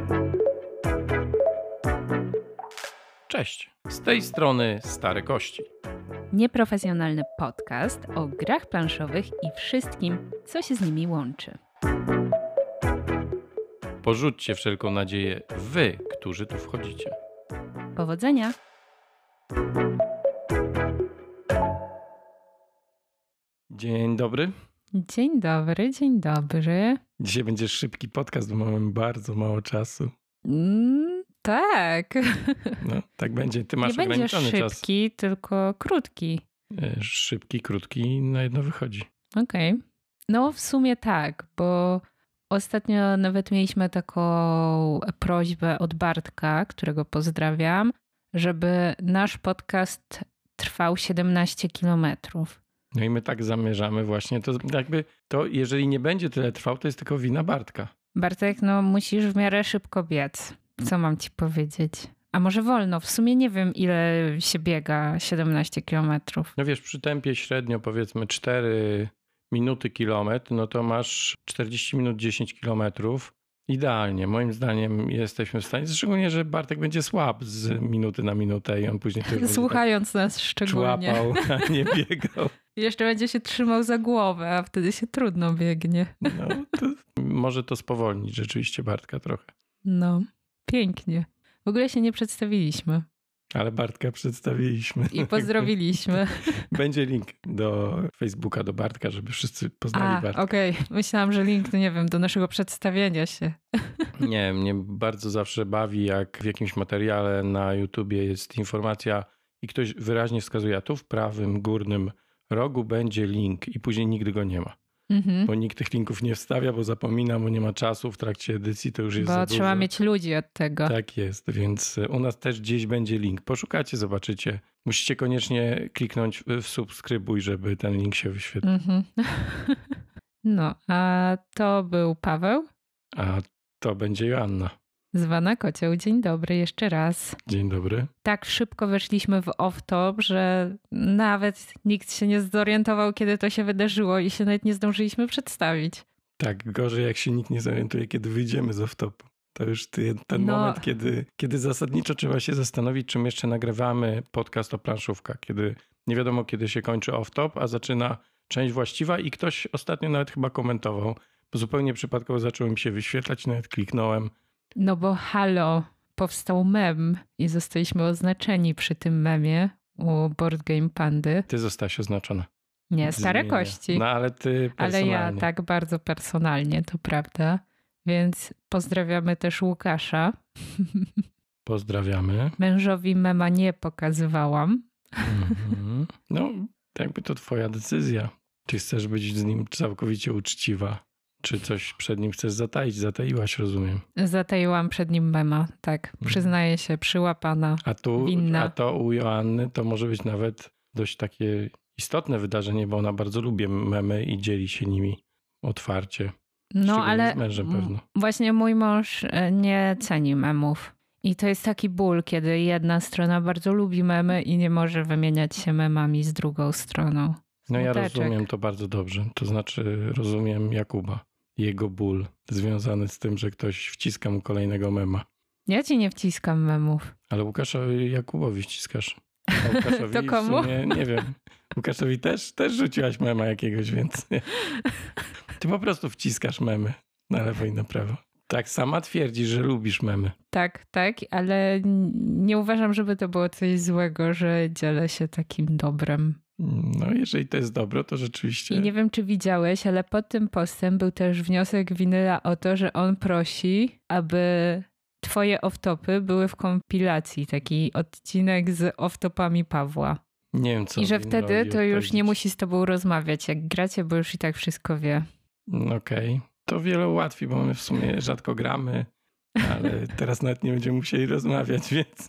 Cześć, z tej strony Stare Kości. Nieprofesjonalny podcast o grach planszowych i wszystkim, co się z nimi łączy. Porzućcie wszelką nadzieję wy, którzy tu wchodzicie. Powodzenia! Dzień dobry. Dzień dobry, dzień dobry. Dzisiaj będzie szybki podcast, bo mamy bardzo mało czasu. Tak. No, tak będzie. Ty masz Nie będzie ograniczony czas. szybki, tylko krótki. Szybki, krótki, na jedno wychodzi. Okej. No w sumie tak, bo ostatnio nawet mieliśmy taką prośbę od Bartka, którego pozdrawiam, żeby nasz podcast trwał 17 kilometrów. No i my tak zamierzamy właśnie. To jakby to, jeżeli nie będzie tyle trwał, to jest tylko wina Bartka. Bartek, no musisz w miarę szybko biec. Co mam ci powiedzieć? A może wolno? W sumie nie wiem, ile się biega 17 kilometrów. No wiesz, przy tempie średnio powiedzmy 4 minuty kilometr, no to masz 40 minut 10 kilometrów. Idealnie. Moim zdaniem jesteśmy w stanie, szczególnie, że Bartek będzie słab z minuty na minutę i on później to już Słuchając nas szczególnie. Człapał, a nie biegał. Jeszcze będzie się trzymał za głowę, a wtedy się trudno biegnie. No, to może to spowolnić rzeczywiście Bartka trochę. No, pięknie. W ogóle się nie przedstawiliśmy. Ale Bartka przedstawiliśmy. I pozdrowiliśmy. Będzie link do Facebooka, do Bartka, żeby wszyscy poznali Bartka. Okej. Myślałam, że link, nie wiem, do naszego przedstawienia się. Nie, mnie bardzo zawsze bawi, jak w jakimś materiale na YouTubie jest informacja i ktoś wyraźnie wskazuje, a tu w prawym górnym rogu będzie link i później nigdy go nie ma. Bo nikt tych linków nie wstawia, bo zapomina, bo nie ma czasu w trakcie edycji, to już jest za Bo dużo. trzeba mieć ludzi od tego. Tak jest, więc u nas też gdzieś będzie link. Poszukacie, zobaczycie. Musicie koniecznie kliknąć w subskrybuj, żeby ten link się wyświetlił. No, a to był Paweł. A to będzie Joanna. Zwana Kocioł. Dzień dobry jeszcze raz. Dzień dobry. Tak szybko weszliśmy w off-top, że nawet nikt się nie zorientował, kiedy to się wydarzyło i się nawet nie zdążyliśmy przedstawić. Tak, gorzej jak się nikt nie zorientuje, kiedy wyjdziemy z off-topu. To już ten moment, kiedy zasadniczo trzeba się zastanowić, czym jeszcze nagrywamy podcast o planszówkach. Kiedy nie wiadomo, kiedy się kończy off-top, a zaczyna część właściwa i ktoś ostatnio nawet chyba komentował, bo zupełnie przypadkowo zaczął mi się wyświetlać, nawet kliknąłem. No bo halo, powstał mem i zostaliśmy oznaczeni przy tym memie u Board Game Pandy. Ty zostałaś oznaczona. Nie, Stare Kości. No ale ty personalnie. Ale ja tak bardzo personalnie, to prawda. Więc pozdrawiamy też Łukasza. Pozdrawiamy. Mężowi mema nie pokazywałam. No, jakby to twoja decyzja. Czy chcesz być z nim całkowicie uczciwa? Czy coś przed nim chcesz zataić? Zataiłaś, rozumiem. Zataiłam przed nim mema, tak. Przyznaję się, przyłapana, winna. A to u Joanny to może być nawet dość takie istotne wydarzenie, bo ona bardzo lubi memy i dzieli się nimi otwarcie. No ale z mężem pewno. Właśnie mój mąż nie ceni memów. I to jest taki ból, kiedy jedna strona bardzo lubi memy i nie może wymieniać się memami z drugą stroną. No ja rozumiem to bardzo dobrze. To znaczy rozumiem Jakuba. Jego ból związany z tym, że ktoś wciska mu kolejnego mema. Ja ci nie wciskam memów. Ale Łukaszowi Jakubowi wciskasz. A Łukaszowi to komu? W sumie, nie wiem. Łukaszowi też rzuciłaś mema jakiegoś, więc ty po prostu wciskasz memy na lewo i na prawo. Tak sama twierdzisz, że lubisz memy. Tak, ale nie uważam, żeby to było coś złego, że dzielę się takim dobrem. No jeżeli to jest dobro, to rzeczywiście... I nie wiem, czy widziałeś, ale pod tym postem był też wniosek Winyla o to, że on prosi, aby twoje off-topy były w kompilacji. Taki odcinek z off-topami Pawła. Nie wiem, co. I że wtedy to już nie musi z tobą rozmawiać, jak gracie, bo już i tak wszystko wie. Okej. To wiele ułatwi, bo my w sumie rzadko gramy, ale teraz nawet nie będziemy musieli rozmawiać, więc...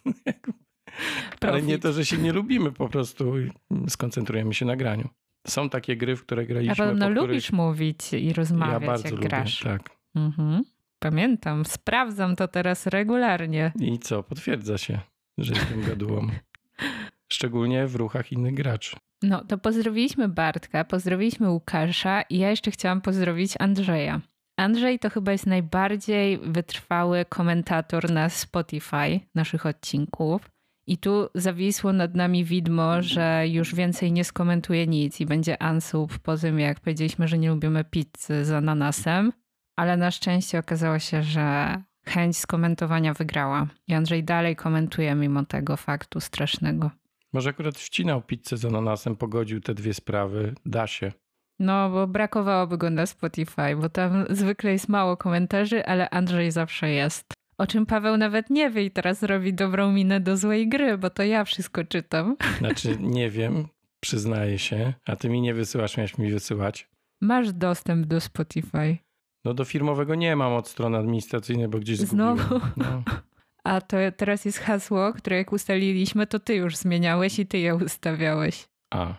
Ale nie to, że się nie lubimy, po prostu skoncentrujemy się na graniu. Są takie gry, w które graliśmy. A pewno lubisz mówić i rozmawiać, ja bardzo jak lubię, grasz. Tak. Pamiętam, sprawdzam to teraz regularnie. I co? Potwierdza się, że jestem gadułą. Szczególnie w ruchach innych graczy. No to pozdrowiliśmy Bartka, pozdrowiliśmy Łukasza i ja jeszcze chciałam pozdrowić Andrzeja. Andrzej to chyba jest najbardziej wytrwały komentator na Spotify naszych odcinków. I tu zawisło nad nami widmo, że już więcej nie skomentuje nic i będzie unsub po tym, jak powiedzieliśmy, że nie lubimy pizzy z ananasem. Ale na szczęście okazało się, że chęć skomentowania wygrała. I Andrzej dalej komentuje mimo tego faktu strasznego. Może akurat wcinał pizzę z ananasem, pogodził te dwie sprawy. Da się. No, bo brakowałoby go na Spotify, bo tam zwykle jest mało komentarzy, ale Andrzej zawsze jest. O czym Paweł nawet nie wie i teraz robi dobrą minę do złej gry, bo to ja wszystko czytam. Znaczy nie wiem, przyznaję się, a ty mi nie wysyłasz, miałeś mi wysyłać. Masz dostęp do Spotify. No do firmowego nie mam od strony administracyjnej, bo gdzieś zgubiłem. Znowu? No. A to teraz jest hasło, które jak ustaliliśmy, to ty już zmieniałeś i ty je ustawiałeś. A.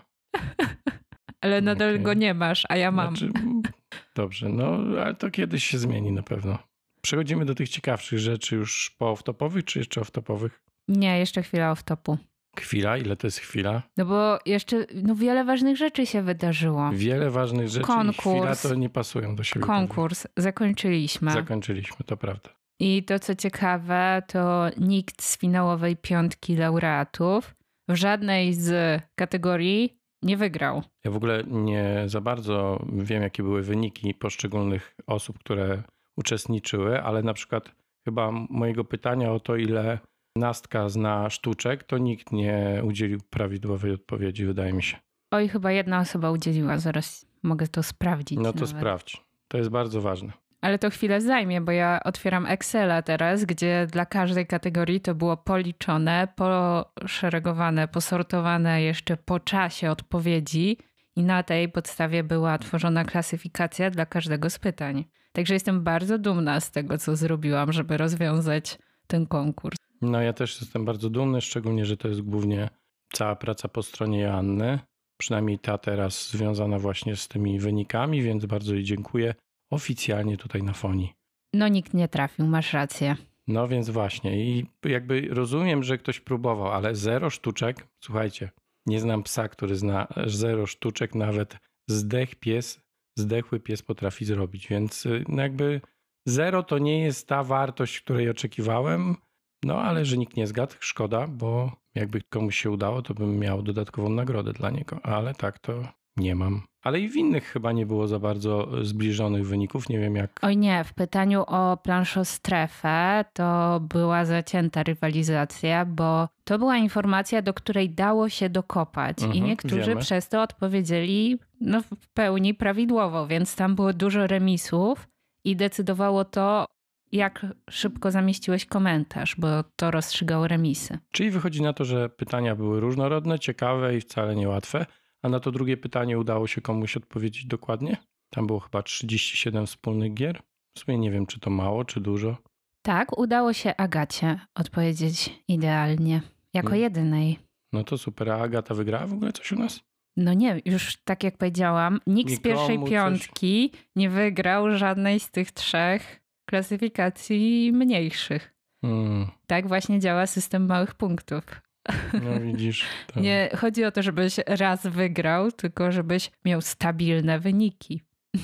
Ale nadal go nie masz, a ja mam. Znaczy, dobrze, no ale to kiedyś się zmieni na pewno. Przechodzimy do tych ciekawszych rzeczy już po off-topowych, czy jeszcze off-topowych? Nie, jeszcze chwila off-topu. Chwila? Ile to jest chwila? No bo jeszcze wiele ważnych rzeczy się wydarzyło. Wiele ważnych rzeczy Konkurs. I chwila to nie pasują do siebie. Konkurs. Zakończyliśmy. Zakończyliśmy, to prawda. I to co ciekawe, to nikt z finałowej 5 laureatów w żadnej z kategorii nie wygrał. Ja w ogóle nie za bardzo wiem, jakie były wyniki poszczególnych osób, które uczestniczyły, ale na przykład chyba mojego pytania o to, ile Nastka zna sztuczek, to nikt nie udzielił prawidłowej odpowiedzi, wydaje mi się. Oj, chyba jedna osoba udzieliła, zaraz mogę to sprawdzić. No to nawet. Sprawdź, to jest bardzo ważne. Ale to chwilę zajmie, bo ja otwieram Excela teraz, gdzie dla każdej kategorii to było policzone, poszeregowane, posortowane jeszcze po czasie odpowiedzi i na tej podstawie była tworzona klasyfikacja dla każdego z pytań. Także jestem bardzo dumna z tego, co zrobiłam, żeby rozwiązać ten konkurs. No ja też jestem bardzo dumny, szczególnie, że to jest głównie cała praca po stronie Joanny. Przynajmniej ta teraz związana właśnie z tymi wynikami, więc bardzo jej dziękuję oficjalnie tutaj na fonii. No nikt nie trafił, masz rację. No więc właśnie i jakby rozumiem, że ktoś próbował, ale 0 sztuczek, słuchajcie, nie znam psa, który zna 0 sztuczek, nawet zdechły pies potrafi zrobić, więc no jakby 0 to nie jest ta wartość, której oczekiwałem, no ale że nikt nie zgadł, szkoda, bo jakby komuś się udało, to bym miał dodatkową nagrodę dla niego, ale tak to nie mam. Ale i w innych chyba nie było za bardzo zbliżonych wyników, nie wiem jak... Oj nie, w pytaniu o planszostrefę to była zacięta rywalizacja, bo to była informacja, do której dało się dokopać i niektórzy przez to odpowiedzieli w pełni prawidłowo, więc tam było dużo remisów i decydowało to, jak szybko zamieściłeś komentarz, bo to rozstrzygało remisy. Czyli wychodzi na to, że pytania były różnorodne, ciekawe i wcale niełatwe. A na to drugie pytanie udało się komuś odpowiedzieć dokładnie? Tam było chyba 37 wspólnych gier. W sumie nie wiem, czy to mało, czy dużo. Tak, udało się Agacie odpowiedzieć idealnie. Jako jedynej. No to super. A Agata wygrała w ogóle coś u nas? No nie, już tak jak powiedziałam, nikt z pierwszej piątki nie wygrał żadnej z tych 3 klasyfikacji mniejszych. Tak właśnie działa system małych punktów. No widzisz. To... Nie chodzi o to, żebyś raz wygrał, tylko żebyś miał stabilne wyniki.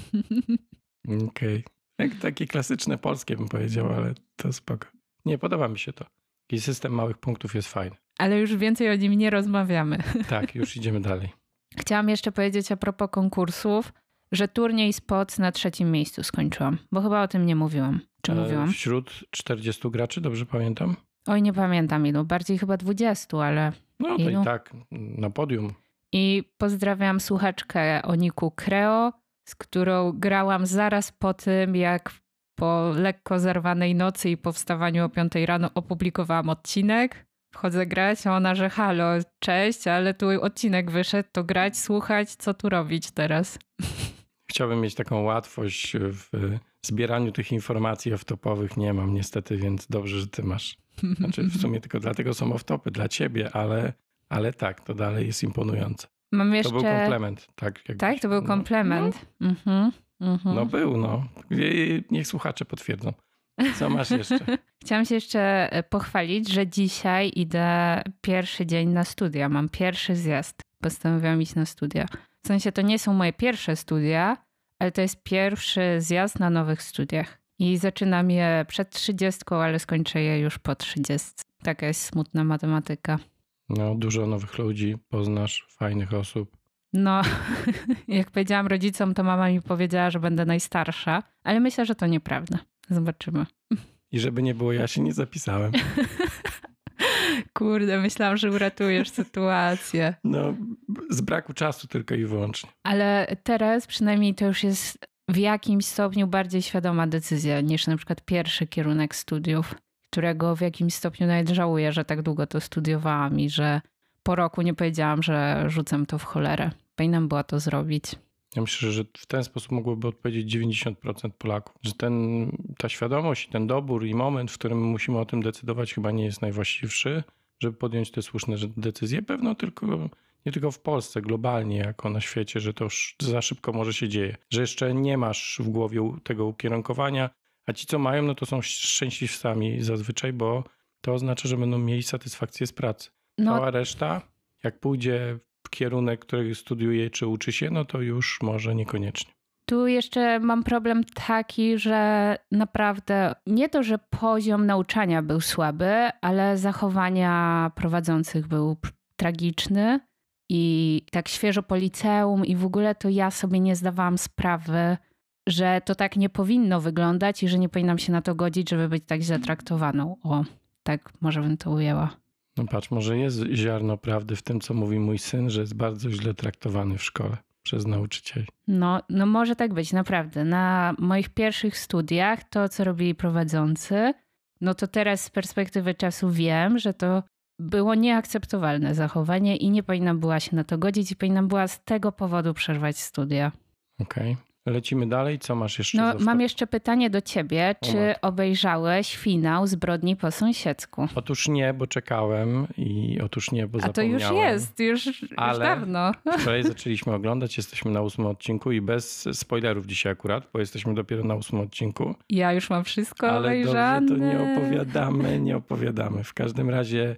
Okej. Jak takie klasyczne polskie bym powiedział, ale to spoko. Nie, podoba mi się to. I system małych punktów jest fajny. Ale już więcej o nim nie rozmawiamy. Tak, już idziemy dalej. Chciałam jeszcze powiedzieć a propos konkursów, że turniej SPOC na 3. miejscu skończyłam, bo chyba o tym nie mówiłam. Czy mówiłam? Wśród 40 graczy, dobrze pamiętam? Oj, nie pamiętam ilu, bardziej chyba 20, ale no to ilu? I tak, na podium. I pozdrawiam słuchaczkę o niku Kreo, z którą grałam zaraz po tym, jak po lekko zerwanej nocy i po wstawaniu o 5 rano opublikowałam odcinek. Wchodzę grać, a ona, że halo, cześć, ale tu odcinek wyszedł, to grać, słuchać, co tu robić teraz? Chciałbym mieć taką łatwość w zbieraniu tych informacji off-topowych. Nie mam niestety, więc dobrze, że ty masz. Znaczy w sumie tylko dlatego są off-topy dla ciebie, ale tak, to dalej jest imponujące. Mam jeszcze... To był komplement. Tak, to był komplement. No był, no. Niech słuchacze potwierdzą. Co masz jeszcze? Chciałam się jeszcze pochwalić, że dzisiaj idę pierwszy dzień na studia. Mam pierwszy zjazd. Postanowiłam iść na studia. W sensie to nie są moje pierwsze studia, ale to jest pierwszy zjazd na nowych studiach. I zaczynam je przed 30, ale skończę je już po 30. Taka jest smutna matematyka. No, dużo nowych ludzi, poznasz fajnych osób. No, jak powiedziałam rodzicom, to mama mi powiedziała, że będę najstarsza, ale myślę, że to nieprawda. Zobaczymy. I żeby nie było, ja się nie zapisałem. Kurde, myślałam, że uratujesz sytuację. No, z braku czasu tylko i wyłącznie. Ale teraz przynajmniej to już jest w jakimś stopniu bardziej świadoma decyzja niż na przykład pierwszy kierunek studiów, którego w jakimś stopniu nawet żałuję, że tak długo to studiowałam i że po roku nie powiedziałam, że rzucam to w cholerę. Powinnam była to zrobić. Ja myślę, że w ten sposób mogłoby odpowiedzieć 90% Polaków, że ta świadomość, ten dobór i moment, w którym musimy o tym decydować, chyba nie jest najwłaściwszy, żeby podjąć te słuszne decyzje. Pewno nie tylko w Polsce, globalnie jako na świecie, że to już za szybko może się dzieje, że jeszcze nie masz w głowie tego ukierunkowania, a ci, co mają, no to są szczęśliwcami zazwyczaj, bo to oznacza, że będą mieli satysfakcję z pracy. Cała reszta, jak pójdzie w kierunek, który studiuje czy uczy się, no to już może niekoniecznie. Tu jeszcze mam problem taki, że naprawdę nie to, że poziom nauczania był słaby, ale zachowania prowadzących był tragiczny i tak świeżo po liceum i w ogóle to ja sobie nie zdawałam sprawy, że to tak nie powinno wyglądać i że nie powinnam się na to godzić, żeby być tak źle traktowaną. O, tak może bym to ujęła. No patrz, może jest ziarno prawdy w tym, co mówi mój syn, że jest bardzo źle traktowany w szkole przez nauczycieli. No może tak być, naprawdę. Na moich pierwszych studiach to, co robili prowadzący, no to teraz z perspektywy czasu wiem, że to było nieakceptowalne zachowanie i nie powinnam była się na to godzić i powinnam była z tego powodu przerwać studia. Okej. Lecimy dalej. Co masz jeszcze? Mam jeszcze pytanie do ciebie. Czy obejrzałeś finał Zbrodni po sąsiedzku? Otóż nie, bo czekałem i otóż nie, bo zapomniałem. A to już jest, już dawno. Wczoraj zaczęliśmy oglądać, jesteśmy na 8 odcinku i bez spoilerów dzisiaj akurat, bo jesteśmy dopiero na 8 odcinku. Ja już mam wszystko obejrzane. Ale dobrze, to nie opowiadamy. W każdym razie,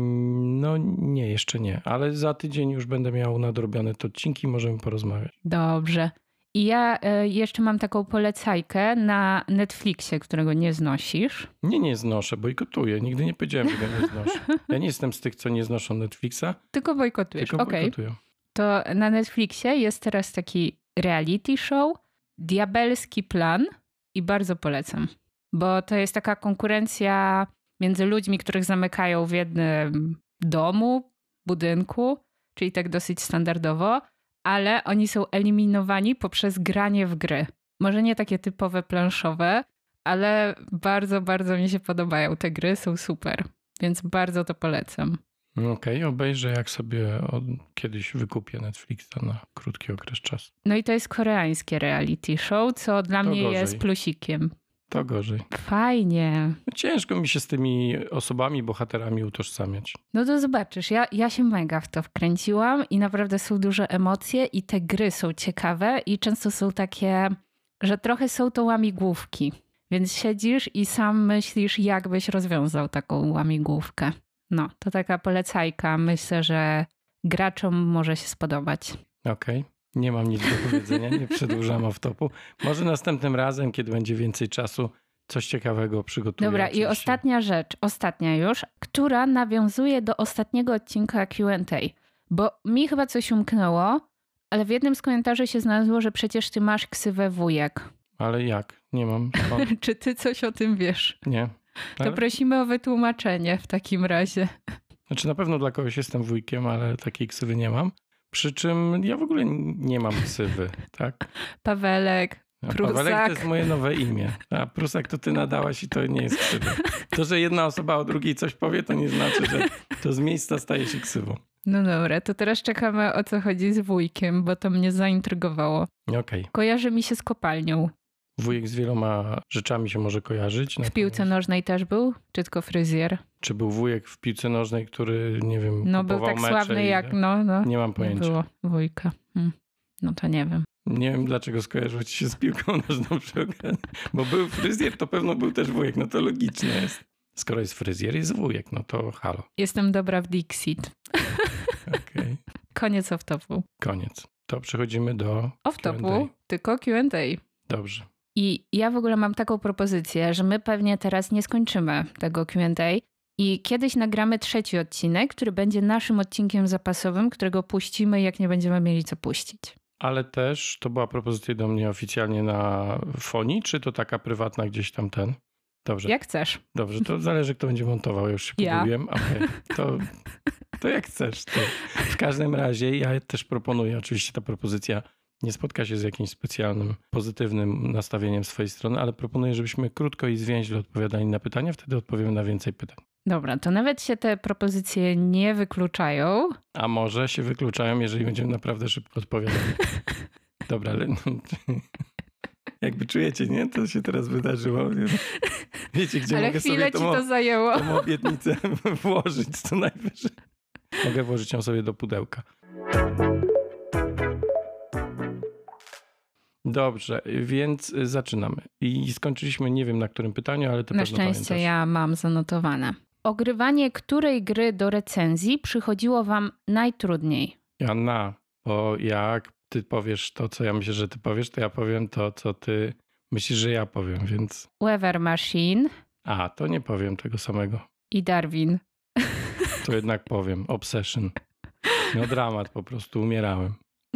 no nie, jeszcze nie. Ale za tydzień już będę miał nadrobione te odcinki i możemy porozmawiać. Dobrze. I ja jeszcze mam taką polecajkę na Netflixie, którego nie znosisz. Nie znoszę, bojkotuję. Nigdy nie powiedziałem, że go nie znoszę. Ja nie jestem z tych, co nie znoszą Netflixa. Tylko bojkotujesz. Bojkotuję. To na Netflixie jest teraz taki reality show, Diabelski Plan i bardzo polecam. Bo to jest taka konkurencja między ludźmi, których zamykają w jednym domu, budynku, czyli tak dosyć standardowo, ale oni są eliminowani poprzez granie w gry. Może nie takie typowe planszowe, ale bardzo, bardzo mi się podobają. Te gry są super, więc bardzo to polecam. Okej, obejrzę jak sobie kiedyś wykupię Netflixa na krótki okres czasu. No i to jest koreańskie reality show, co dla mnie jest plusikiem. To gorzej. Fajnie. Ciężko mi się z tymi osobami, bohaterami utożsamiać. No to zobaczysz, ja się mega w to wkręciłam i naprawdę są duże emocje i te gry są ciekawe i często są takie, że trochę są to łamigłówki. Więc siedzisz i sam myślisz, jak byś rozwiązał taką łamigłówkę. No, to taka polecajka. Myślę, że graczom może się spodobać. Okej. Nie mam nic do powiedzenia, nie przedłużam off-topu. Może następnym razem, kiedy będzie więcej czasu, coś ciekawego przygotuję. Dobra, oczywiście. I ostatnia rzecz, ostatnia już, która nawiązuje do ostatniego odcinka Q&A. Bo mi chyba coś umknęło, ale w jednym z komentarzy się znalazło, że przecież ty masz ksywę wujek. Ale jak? Nie mam. Czy ty coś o tym wiesz? Nie. To prosimy o wytłumaczenie w takim razie. Znaczy na pewno dla kogoś jestem wujkiem, ale takiej ksywy nie mam. Przy czym ja w ogóle nie mam ksywy, tak? Pawełek, Prusak. Pawełek to jest moje nowe imię. A Prusak to ty nadałaś i to nie jest ksywa. To, że jedna osoba o drugiej coś powie, to nie znaczy, że to z miejsca staje się ksywą. No dobra, to teraz czekamy, o co chodzi z wujkiem, bo to mnie zaintrygowało. Okej. Kojarzy mi się z kopalnią. Wujek z wieloma rzeczami się może kojarzyć. W piłce nożnej też był? Czy tylko fryzjer? Czy był wujek w piłce nożnej, który, nie wiem, no był tak sławny jak, no. Nie mam pojęcia. Nie było wujka. No to nie wiem. Nie wiem, dlaczego skojarzyło ci się z piłką nożną przy okazji. Bo był fryzjer, to pewno był też wujek. No to logiczne jest. Skoro jest fryzjer, jest wujek, no to halo. Jestem dobra w Dixit. Okej. Koniec off-topu. Koniec. To przechodzimy do off-topu, tylko Q&A. Dobrze. I ja w ogóle mam taką propozycję, że my pewnie teraz nie skończymy tego Q&A i kiedyś nagramy 3. odcinek, który będzie naszym odcinkiem zapasowym, którego puścimy, jak nie będziemy mieli co puścić. Ale też to była propozycja do mnie oficjalnie na Fonii, czy to taka prywatna gdzieś tam ten? Dobrze. Jak chcesz. Dobrze, to zależy, kto będzie montował. Ja już się pogubiłem. Okay. To jak chcesz. To. W każdym razie ja też proponuję, oczywiście ta propozycja nie spotka się z jakimś specjalnym, pozytywnym nastawieniem swojej strony, ale proponuję, żebyśmy krótko i zwięźle odpowiadali na pytania, wtedy odpowiemy na więcej pytań. Dobra, to nawet się te propozycje nie wykluczają. A może się wykluczają, jeżeli będziemy naprawdę szybko odpowiadali. Dobra, ale jakby czujecie, nie? To się teraz wydarzyło. Wiecie, gdzie ale mogę sobie to zajęło. Tą obietnicę włożyć co najwyżej. Mogę włożyć ją sobie do pudełka. Dobrze, więc zaczynamy. I skończyliśmy, nie wiem na którym pytaniu, ale to na pewno szczęście pamiętasz. Ja mam zanotowane. Ogrywanie której gry do recenzji przychodziło wam najtrudniej? Joanna, bo jak ty powiesz to, co ja myślę, że ty powiesz, to ja powiem to, co ty myślisz, że ja powiem, więc... Weather Machine. A, to nie powiem tego samego. I Darwin. To jednak powiem. Obsession. No dramat, po prostu umierałem.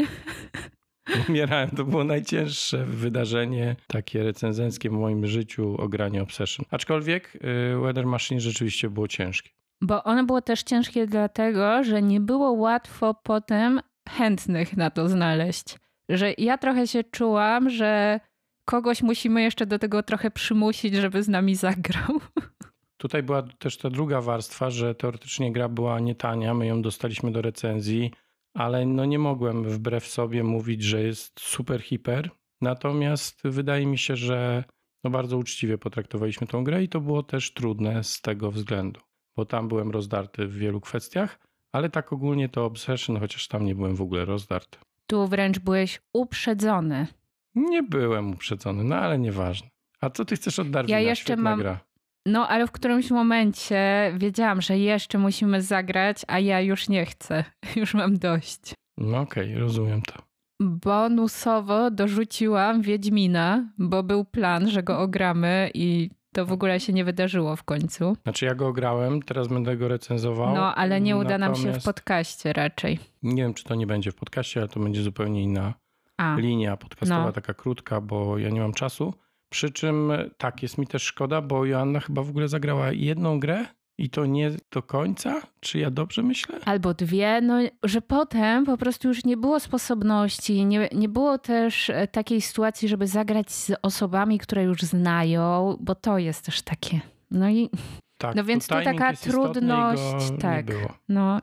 Umierałem, to było najcięższe wydarzenie takie recenzenckie w moim życiu o granie Obsession. Aczkolwiek Weather Machine rzeczywiście było ciężkie. Bo ono było też ciężkie dlatego, że nie było łatwo potem chętnych na to znaleźć. Że ja trochę się czułam, że kogoś musimy jeszcze do tego trochę przymusić, żeby z nami zagrał. Tutaj była też ta druga warstwa, że teoretycznie gra była nie tania, my ją dostaliśmy do recenzji, ale no nie mogłem wbrew sobie mówić, że jest super hiper. Natomiast wydaje mi się, że no bardzo uczciwie potraktowaliśmy tą grę i to było też trudne z tego względu, bo tam byłem rozdarty w wielu kwestiach, ale tak ogólnie to Obsession, chociaż tam nie byłem w ogóle rozdarty. Tu wręcz byłeś uprzedzony. Nie byłem uprzedzony, no ale nieważne. A co ty chcesz od Darwina? Ja jeszcze Świetna mam... gra. No, ale w którymś momencie wiedziałam, że jeszcze musimy zagrać, a ja już nie chcę. Już mam dość. No okej, rozumiem to. Bonusowo dorzuciłam Wiedźmina, bo był plan, że go ogramy i to w ogóle się nie wydarzyło w końcu. Znaczy ja go ograłem, teraz będę go recenzował. No, ale nie uda nam się w podcaście raczej. Nie wiem, czy to nie będzie w podcaście, ale to będzie zupełnie inna linia podcastowa, taka krótka, bo ja nie mam czasu. Przy czym tak, jest mi też szkoda, bo Joanna chyba w ogóle zagrała jedną grę i to nie do końca. Czy ja dobrze myślę? Albo 2, no, że potem po prostu już nie było sposobności, nie było też takiej sytuacji, żeby zagrać z osobami, które już znają, bo to jest też takie. No i tak, no więc tu taka trudność, tak. No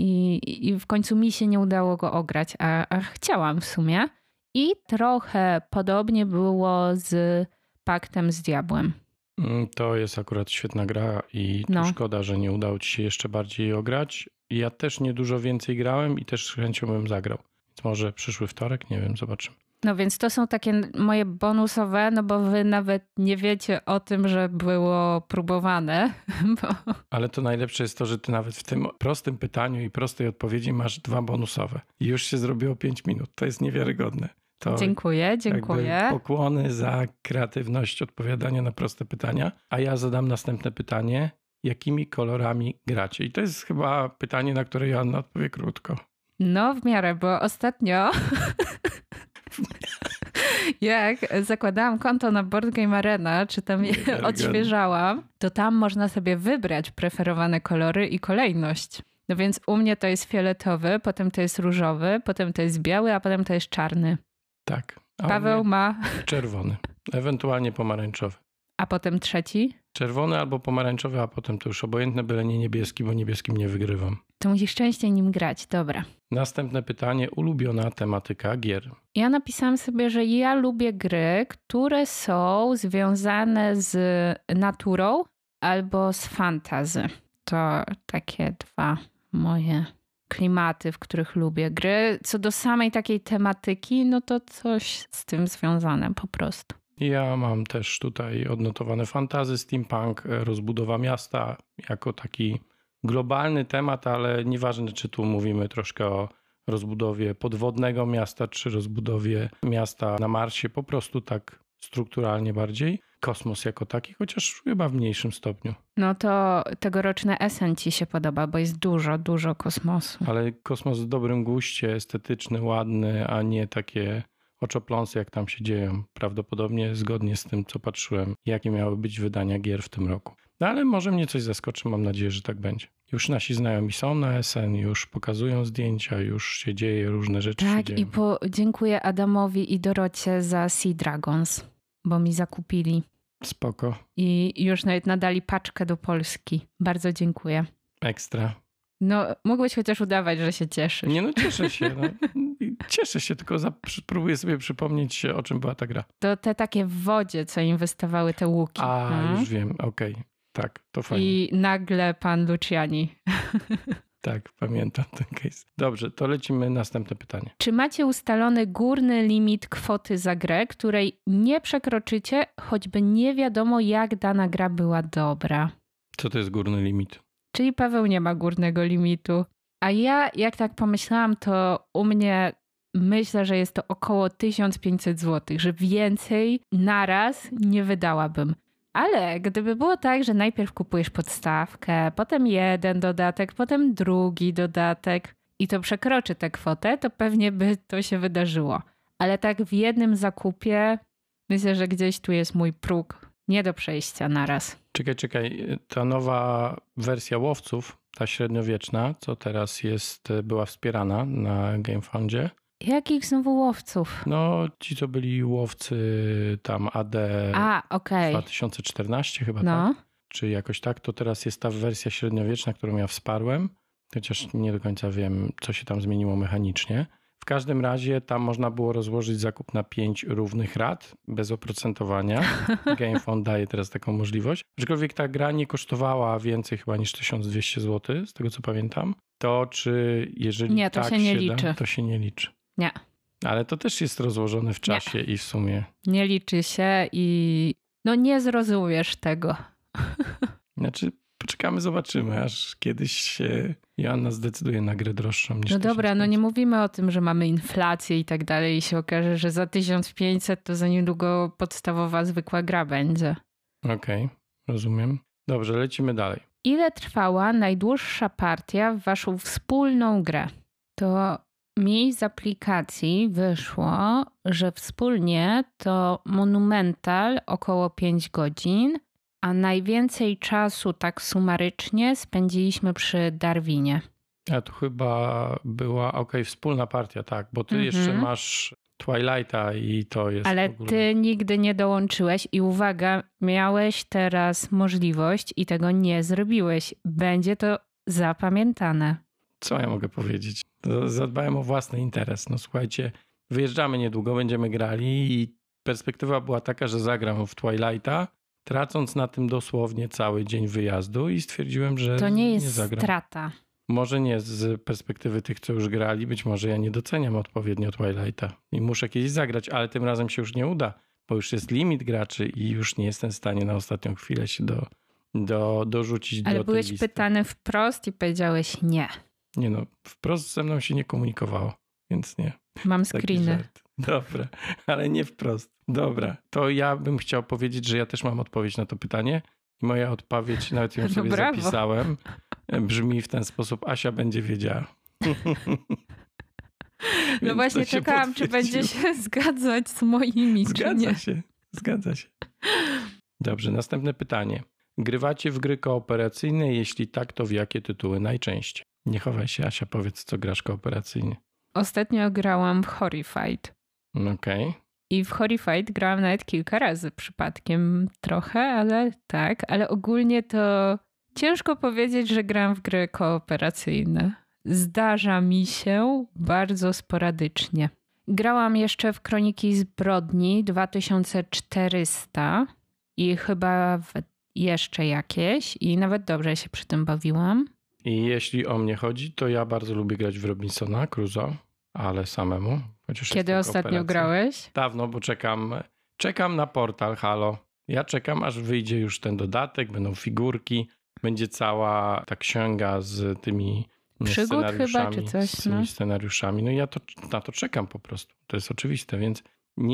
i w końcu mi się nie udało go ograć, a chciałam w sumie. I trochę podobnie było z Paktem z Diabłem. To jest akurat świetna gra i szkoda, że nie udało ci się jeszcze bardziej jej ograć. Ja też nie dużo więcej grałem i też z chęcią bym zagrał. Więc może przyszły wtorek, nie wiem, zobaczymy. No więc to są takie moje bonusowe, no bo wy nawet nie wiecie o tym, że było próbowane. Bo... Ale to najlepsze jest to, że ty nawet w tym prostym pytaniu i prostej odpowiedzi masz 2 bonusowe. I już się zrobiło 5 minut. To jest niewiarygodne. To dziękuję. Pokłony za kreatywność odpowiadania na proste pytania. A ja zadam następne pytanie. Jakimi kolorami gracie? I to jest chyba pytanie, na które Joanna odpowie krótko. No w miarę, bo ostatnio jak zakładałam konto na Board Game Arena, czy tam je odświeżałam, to tam można sobie wybrać preferowane kolory i kolejność. No więc u mnie to jest fioletowy, potem to jest różowy, potem to jest biały, a potem to jest czarny. Tak. Paweł ma... Czerwony, ewentualnie pomarańczowy. A potem trzeci? Czerwony albo pomarańczowy, a potem to już obojętne, byle nie niebieski, bo niebieskim nie wygrywam. To musisz częściej nim grać, dobra. Następne pytanie, ulubiona tematyka gier. Ja napisałam sobie, że ja lubię gry, które są związane z naturą albo z fantasy. To takie 2 moje klimaty, w których lubię gry. Co do samej takiej tematyki, no to coś z tym związane po prostu. Ja mam też tutaj odnotowane fantasy, steampunk, rozbudowa miasta jako taki globalny temat, ale nieważne, czy tu mówimy troszkę o rozbudowie podwodnego miasta, czy rozbudowie miasta na Marsie, po prostu tak strukturalnie bardziej. Kosmos jako taki, chociaż chyba w mniejszym stopniu. No to tegoroczne Essen ci się podoba, bo jest dużo kosmosu. Ale kosmos w dobrym guście, estetyczny, ładny, a nie takie oczopląsy, jak tam się dzieją. Prawdopodobnie zgodnie z tym, co patrzyłem, jakie miały być wydania gier w tym roku. No ale może mnie coś zaskoczy, mam nadzieję, że tak będzie. Już nasi znajomi są na Essen, już pokazują zdjęcia, już się dzieje, różne rzeczy się dzieją. Tak, i dziękuję Adamowi i Dorocie za Sea Dragons, bo mi zakupili. Spoko. I już nawet nadali paczkę do Polski. Bardzo dziękuję. Ekstra. No, mogłeś chociaż udawać, że się cieszysz. Nie no, cieszę się. No. Cieszę się, tylko próbuję sobie przypomnieć, o czym była ta gra. To te takie w wodzie, co im wystawały te łuki. Już wiem, okej. Tak, to fajnie. I nagle pan Luciani. Tak, pamiętam ten case. Dobrze, to lecimy następne pytanie. Czy macie ustalony górny limit kwoty za grę, której nie przekroczycie, choćby nie wiadomo, jak dana gra była dobra? Co to jest górny limit? Czyli Paweł nie ma górnego limitu. A ja, jak tak pomyślałam, to u mnie myślę, że jest to około 1500 zł, że więcej naraz nie wydałabym. Ale gdyby było tak, że najpierw kupujesz podstawkę, potem jeden dodatek, potem drugi dodatek i to przekroczy tę kwotę, to pewnie by to się wydarzyło. Ale tak w jednym zakupie myślę, że gdzieś tu jest mój próg nie do przejścia naraz. Czekaj. Ta nowa wersja łowców, ta średniowieczna, co teraz była wspierana na GameFoundzie. Jakich znowu łowców? No, ci co byli łowcy tam AD 2014 chyba, tak? Czy jakoś tak, to teraz jest ta wersja średniowieczna, którą ja wsparłem, chociaż nie do końca wiem, co się tam zmieniło mechanicznie. W każdym razie tam można było rozłożyć zakup na 5 równych rat, bez oprocentowania. GameFound daje teraz taką możliwość. Aczkolwiek ta gra nie kosztowała więcej chyba niż 1200 zł, z tego co pamiętam. To czy jeżeli nie, to tak się nie liczy. Da, to się nie liczy. Nie. Ale to też jest rozłożone w czasie i w sumie. Nie liczy się i no nie zrozumiesz tego. Znaczy poczekamy, zobaczymy, aż kiedyś się Joanna zdecyduje na grę droższą niż 1500. No dobra, no nie mówimy o tym, że mamy inflację i tak dalej i się okaże, że za 1500 to za niedługo podstawowa zwykła gra będzie. Okej, rozumiem. Dobrze, lecimy dalej. Ile trwała najdłuższa partia w waszą wspólną grę? To mi z aplikacji wyszło, że wspólnie to Monumental około 5 godzin, a najwięcej czasu tak sumarycznie spędziliśmy przy Darwinie. A tu chyba była, wspólna partia, tak, bo ty jeszcze masz Twilighta i to jest ale w ogóle... ty nigdy nie dołączyłeś i uwaga, miałeś teraz możliwość i tego nie zrobiłeś. Będzie to zapamiętane. Co ja mogę powiedzieć? Zadbałem o własny interes. No słuchajcie, wyjeżdżamy niedługo, będziemy grali i perspektywa była taka, że zagram w Twilighta, tracąc na tym dosłownie cały dzień wyjazdu i stwierdziłem, że to nie jest zagram. strata. Może nie z perspektywy tych, co już grali, być może ja nie doceniam odpowiednio Twilighta i muszę kiedyś zagrać, ale tym razem się już nie uda, bo już jest limit graczy i już nie jestem w stanie na ostatnią chwilę się dorzucić do tej listy. Ale byłeś pytany wprost i powiedziałeś nie. Nie no, wprost ze mną się nie komunikowało, więc nie. Mam screeny. Dobra, ale nie wprost. Dobra, to ja bym chciał powiedzieć, że ja też mam odpowiedź na to pytanie i moja odpowiedź, nawet ją sobie zapisałem, brzmi w ten sposób: Asia będzie wiedziała. No właśnie czekałam, czy będzie się zgadzać z moimi, Zgadza się. Dobrze, następne pytanie. Grywacie w gry kooperacyjne? Jeśli tak, to w jakie tytuły najczęściej? Nie chowaj się, Asia, powiedz, co grasz kooperacyjnie. Ostatnio grałam w Horrified. Okej. I w Horrified grałam nawet kilka razy przypadkiem trochę, ale ogólnie to ciężko powiedzieć, że gram w gry kooperacyjne. Zdarza mi się bardzo sporadycznie. Grałam jeszcze w Kroniki Zbrodni 2400 i chyba jeszcze jakieś i nawet dobrze się przy tym bawiłam. I jeśli o mnie chodzi, to ja bardzo lubię grać w Robinsona Crusoe, ale samemu. Kiedy ostatnio grałeś? Dawno, bo czekam na portal Halo. Ja czekam, aż wyjdzie już ten dodatek, będą figurki, będzie cała ta księga z tymi przygód chyba, czy coś. Z tymi scenariuszami. No i ja na to czekam po prostu. To jest oczywiste, więc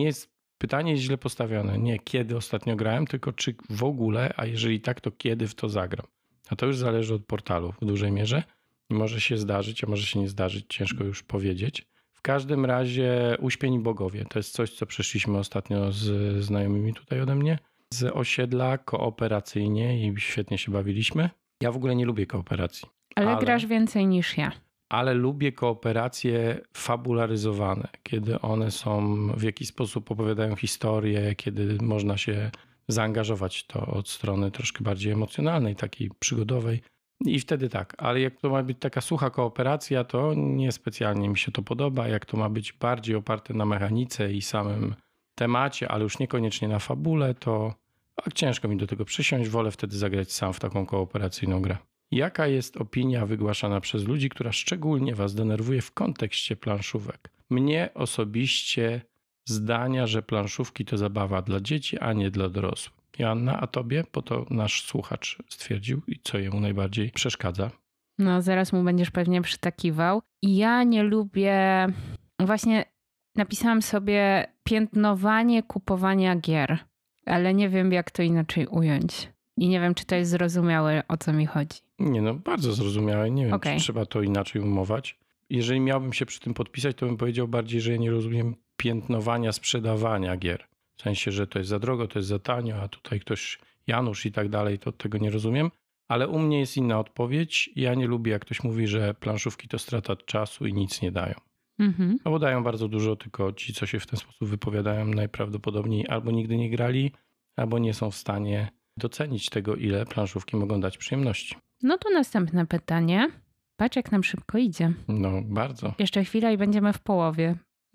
pytanie jest źle postawione. Nie kiedy ostatnio grałem, tylko czy w ogóle, a jeżeli tak, to kiedy w to zagram. A to już zależy od portalu w dużej mierze. I może się zdarzyć, a może się nie zdarzyć. Ciężko już powiedzieć. W każdym razie Uśpieni Bogowie. To jest coś, co przeszliśmy ostatnio z znajomymi tutaj ode mnie. Z osiedla kooperacyjnie i świetnie się bawiliśmy. Ja w ogóle nie lubię kooperacji. Ale grasz więcej niż ja. Ale lubię kooperacje fabularyzowane, kiedy one są w jakiś sposób opowiadają historię, kiedy można się zaangażować to od strony troszkę bardziej emocjonalnej, takiej przygodowej. I wtedy tak, ale jak to ma być taka sucha kooperacja, to niespecjalnie mi się to podoba. Jak to ma być bardziej oparte na mechanice i samym temacie, ale już niekoniecznie na fabule, to ciężko mi do tego przysiąść. Wolę wtedy zagrać sam w taką kooperacyjną grę. Jaka jest opinia wygłaszana przez ludzi, która szczególnie was denerwuje w kontekście planszówek? Mnie osobiście zdania, że planszówki to zabawa dla dzieci, a nie dla dorosłych. Joanna, a tobie? Bo to nasz słuchacz stwierdził i co jemu najbardziej przeszkadza. No zaraz mu będziesz pewnie przytakiwał. Ja nie lubię... Właśnie napisałam sobie piętnowanie kupowania gier, ale nie wiem jak to inaczej ująć. I nie wiem, czy to jest zrozumiałe, o co mi chodzi. Nie no, bardzo zrozumiałe. Nie wiem, czy trzeba to inaczej umować. Jeżeli miałbym się przy tym podpisać, to bym powiedział bardziej, że ja nie rozumiem piętnowania, sprzedawania gier. W sensie, że to jest za drogo, to jest za tanio, a tutaj ktoś, Janusz i tak dalej, to tego nie rozumiem. Ale u mnie jest inna odpowiedź. Ja nie lubię, jak ktoś mówi, że planszówki to strata czasu i nic nie dają. No bo dają bardzo dużo, tylko ci, co się w ten sposób wypowiadają, najprawdopodobniej albo nigdy nie grali, albo nie są w stanie docenić tego, ile planszówki mogą dać przyjemności. No to następne pytanie. Patrz, jak nam szybko idzie. No, bardzo. Jeszcze chwila i będziemy w połowie.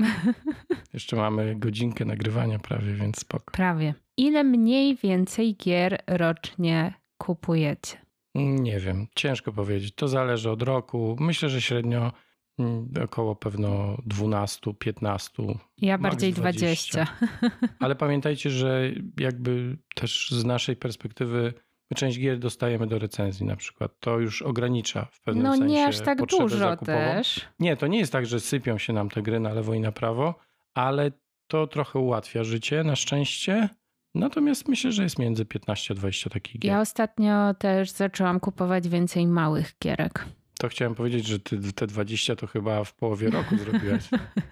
Jeszcze mamy godzinkę nagrywania prawie, więc spoko. Prawie. Ile mniej więcej gier rocznie kupujecie? Nie wiem, ciężko powiedzieć. To zależy od roku. Myślę, że średnio około pewno 12, 15. Ja bardziej 20. Ale pamiętajcie, że jakby też z naszej perspektywy część gier dostajemy do recenzji na przykład. To już ogranicza w pewnym sensie nie aż tak dużo zakupową. też. Nie, to nie jest tak, że sypią się nam te gry na lewo i na prawo, ale to trochę ułatwia życie na szczęście. Natomiast myślę, że jest między 15 a 20 takich gier. Ja ostatnio też zaczęłam kupować więcej małych gierek. To chciałem powiedzieć, że ty te 20 to chyba w połowie roku zrobiłaś.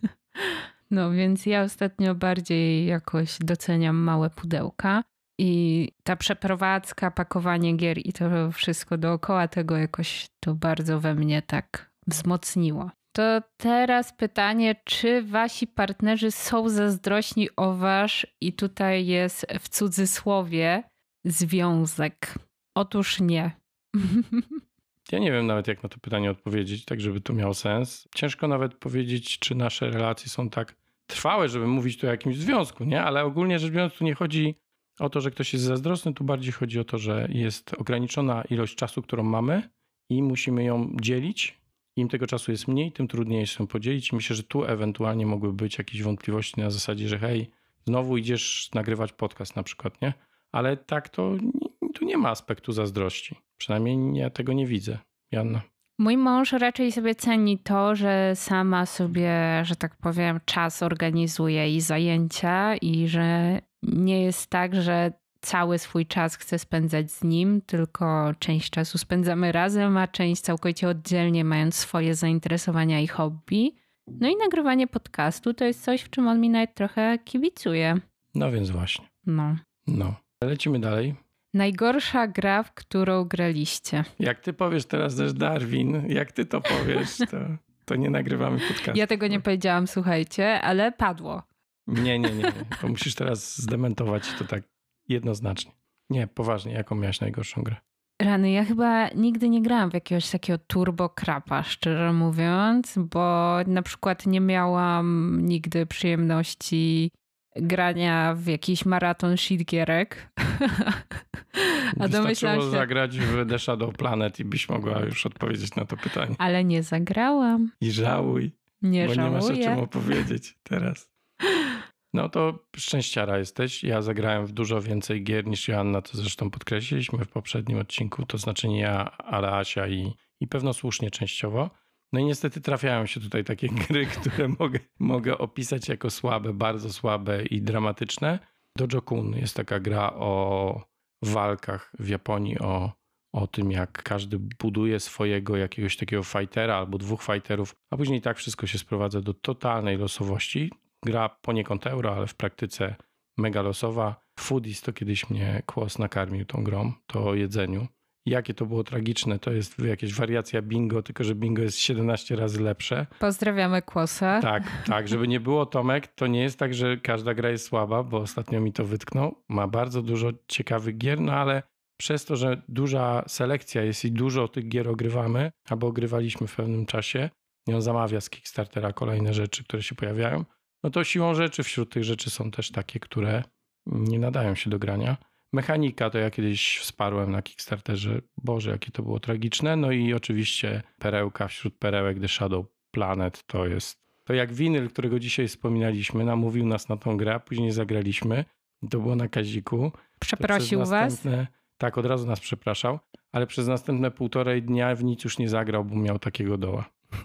No więc ja ostatnio bardziej jakoś doceniam małe pudełka i ta przeprowadzka, pakowanie gier i to wszystko dookoła tego jakoś to bardzo we mnie tak wzmocniło. To teraz pytanie, czy wasi partnerzy są zazdrośni o wasz, i tutaj jest w cudzysłowie, związek? Otóż nie. Ja nie wiem nawet, jak na to pytanie odpowiedzieć, tak żeby to miało sens. Ciężko nawet powiedzieć, czy nasze relacje są tak trwałe, żeby mówić tu o jakimś związku, nie? Ale ogólnie rzecz biorąc, tu nie chodzi o to, że ktoś jest zazdrosny, tu bardziej chodzi o to, że jest ograniczona ilość czasu, którą mamy i musimy ją dzielić. Im tego czasu jest mniej, tym trudniej jest się podzielić. Myślę, że tu ewentualnie mogły być jakieś wątpliwości na zasadzie, że hej, znowu idziesz nagrywać podcast na przykład, nie? Ale tak to tu nie ma aspektu zazdrości. Przynajmniej ja tego nie widzę. Joanna? Mój mąż raczej sobie ceni to, że sama sobie, że tak powiem, czas organizuje i zajęcia i że nie jest tak, że cały swój czas chce spędzać z nim, tylko część czasu spędzamy razem, a część całkowicie oddzielnie, mając swoje zainteresowania i hobby. No i nagrywanie podcastu to jest coś, w czym on mi nawet trochę kibicuje. No więc właśnie. No. Lecimy dalej. Najgorsza gra, w którą graliście. Jak ty powiesz teraz też Darwin, jak ty to powiesz, to nie nagrywamy podcastu. Ja tego nie powiedziałam, słuchajcie, ale padło. Nie. To musisz teraz zdementować to tak jednoznacznie. Nie, poważnie, jaką miałeś najgorszą grę? Rany, ja chyba nigdy nie grałam w jakiegoś takiego turbo krapa, szczerze mówiąc, bo na przykład nie miałam nigdy przyjemności grania w jakiś maraton shitgierek. A wystarczyło zagrać w The Shadow Planet i byś mogła już odpowiedzieć na to pytanie. Ale nie zagrałam. I żałuj. Nie bo żałuję. Nie masz o czym opowiedzieć teraz. No to szczęściara jesteś. Ja zagrałem w dużo więcej gier niż Joanna, to zresztą podkreśliliśmy w poprzednim odcinku. To znaczy nie ja, ale Asia i i pewno słusznie częściowo. No i niestety trafiają się tutaj takie gry, które mogę opisać jako słabe, bardzo słabe i dramatyczne. Dojo-kun jest taka gra o walkach w Japonii, o tym, jak każdy buduje swojego jakiegoś takiego fightera albo 2 fighterów, a później i tak wszystko się sprowadza do totalnej losowości. Gra poniekąd euro, ale w praktyce mega losowa. Foodies to kiedyś mnie Kłos nakarmił tą grą, to o jedzeniu. Jakie to było tragiczne, to jest jakaś wariacja bingo, tylko że bingo jest 17 razy lepsze. Pozdrawiamy Kłosa. Tak, żeby nie było, Tomek, to nie jest tak, że każda gra jest słaba, bo ostatnio mi to wytknął. Ma bardzo dużo ciekawych gier, no ale przez to, że duża selekcja jest i dużo tych gier ogrywamy, albo ogrywaliśmy w pewnym czasie i on zamawia z Kickstartera kolejne rzeczy, które się pojawiają, no to siłą rzeczy wśród tych rzeczy są też takie, które nie nadają się do grania. Mechanika to ja kiedyś wsparłem na Kickstarterze. Boże, jakie to było tragiczne. No i oczywiście perełka wśród perełek The Shadow Planet to jak winyl, którego dzisiaj wspominaliśmy, namówił nas na tą grę, a później zagraliśmy. To było na Kaziku. Przeprosił was? Tak, od razu nas przepraszał, ale przez następne 1,5 dnia w nic już nie zagrał, bo miał takiego doła.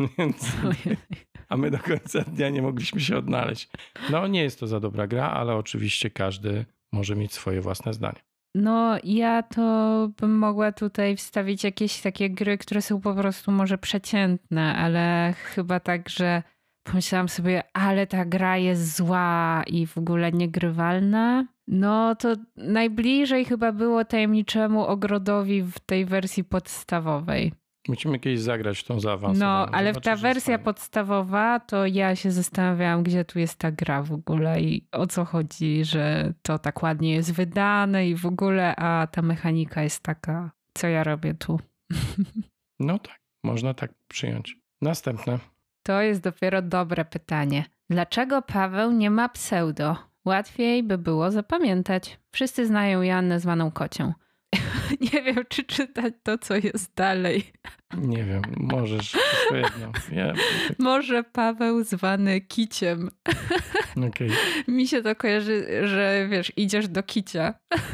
A my do końca dnia nie mogliśmy się odnaleźć. No nie jest to za dobra gra, ale oczywiście każdy może mieć swoje własne zdanie. No ja to bym mogła tutaj wstawić jakieś takie gry, które są po prostu może przeciętne, ale chyba tak, że pomyślałam sobie, ale ta gra jest zła i w ogóle niegrywalna. No to najbliżej chyba było Tajemniczemu Ogrodowi w tej wersji podstawowej. Musimy kiedyś zagrać w tą zaawansowaną. No, ale ta wersja podstawowa, to ja się zastanawiałam, gdzie tu jest ta gra w ogóle i o co chodzi, że to tak ładnie jest wydane i w ogóle, a ta mechanika jest taka, co ja robię tu. No tak, można tak przyjąć. Następne. To jest dopiero dobre pytanie. Dlaczego Paweł nie ma pseudo? Łatwiej by było zapamiętać. Wszyscy znają Joannę zwaną Kocią. Nie wiem, czy czytać to, co jest dalej. Nie wiem, możesz, wszystko jedno. Może Paweł zwany Kiciem. Okay. Mi się to kojarzy, że wiesz, idziesz do kicia.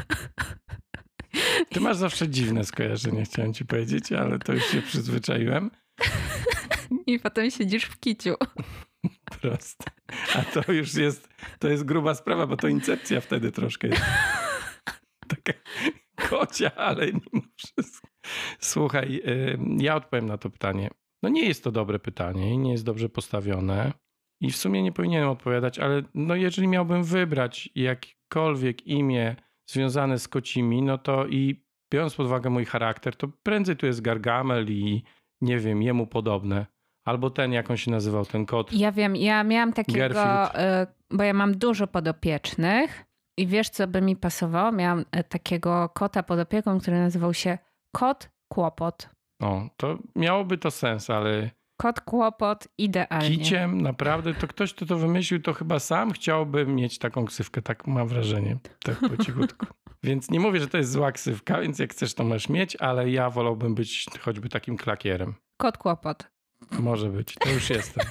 Ty masz zawsze dziwne skojarzenie, chciałem ci powiedzieć, ale to już się przyzwyczaiłem. I potem siedzisz w kiciu. Proste. A to jest gruba sprawa, bo to incepcja wtedy troszkę jest. Taka kocia, ale mimo wszystko. Słuchaj, ja odpowiem na to pytanie. No nie jest to dobre pytanie i nie jest dobrze postawione i w sumie nie powinienem odpowiadać, ale no jeżeli miałbym wybrać jakiekolwiek imię związane z kocimi, no to i biorąc pod uwagę mój charakter, to prędzej tu jest Gargamel i nie wiem, jemu podobne. Albo ten, jak on się nazywał, ten kot. Ja wiem, ja miałam takiego, bo ja mam dużo podopiecznych i wiesz, co by mi pasowało? Miałam takiego kota pod opieką, który nazywał się Kot Kłopot. O, to miałoby to sens, ale... Kot Kłopot idealnie. Kiciem, naprawdę, to ktoś, kto to wymyślił, to chyba sam chciałby mieć taką ksywkę, tak mam wrażenie, tak po cichutku. Więc nie mówię, że to jest zła ksywka, więc jak chcesz, to możesz mieć, ale ja wolałbym być choćby takim klakierem. Kot Kłopot. Może być, to już jestem.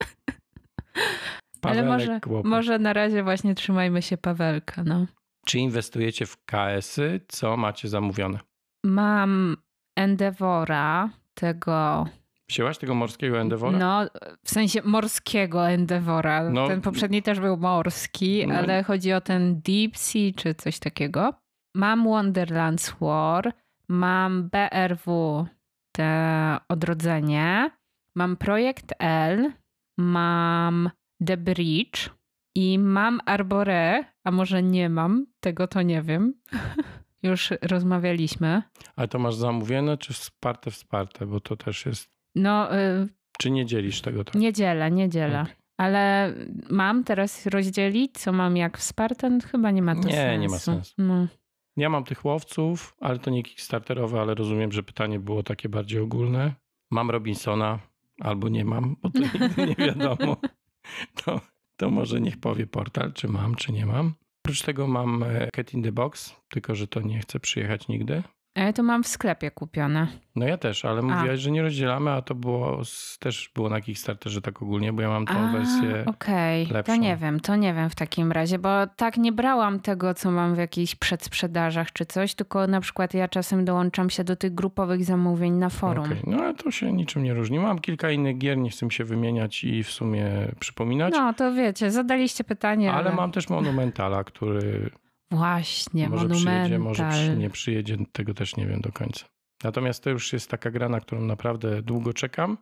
Pawełek, ale może na razie właśnie trzymajmy się Pawelka, no. Czy inwestujecie w KS-y? Co macie zamówione? Mam Endeavora, tego... Wzięłaś tego morskiego Endeavora? No, w sensie morskiego Endeavora. No, ten poprzedni też był morski, no. Ale chodzi o ten Deep Sea czy coś takiego. Mam Wonderlands War, mam BRW, te Odrodzenie, mam Projekt L, mam The Bridge i mam Arboree, a może nie mam, tego to nie wiem. Już rozmawialiśmy. Ale to masz zamówione czy wsparte, bo to też jest... No... Czy nie dzielisz tego tak? Nie dzielę. Okay. Ale mam teraz rozdzielić, co mam jak wsparte? Chyba nie ma to sensu. Nie ma sensu. No. Ja mam tych łowców, ale to nie kickstarterowe, ale rozumiem, że pytanie było takie bardziej ogólne. Mam Robinsona, albo nie mam, bo to nigdy nie wiadomo. To może niech powie portal, czy mam, czy nie mam. Oprócz tego mam Cat in the Box, tylko że to nie chcę przyjechać nigdy. A ja to mam w sklepie kupione. No ja też, ale mówiłaś, że nie rozdzielamy, a to też było na Kickstarterze tak ogólnie, bo ja mam tą wersję lepszą. To nie wiem w takim razie, bo tak nie brałam tego, co mam w jakichś przedsprzedażach czy coś, tylko na przykład ja czasem dołączam się do tych grupowych zamówień na forum. No ale to się niczym nie różni. Mam kilka innych gier, nie chcę mi się wymieniać i w sumie przypominać. No to wiecie, zadaliście pytanie. Ale mam też Monumentala, który... Właśnie, może Monumental. przyjedzie, może nie przyjedzie, tego też nie wiem do końca. Natomiast to już jest taka gra, na którą naprawdę długo czekam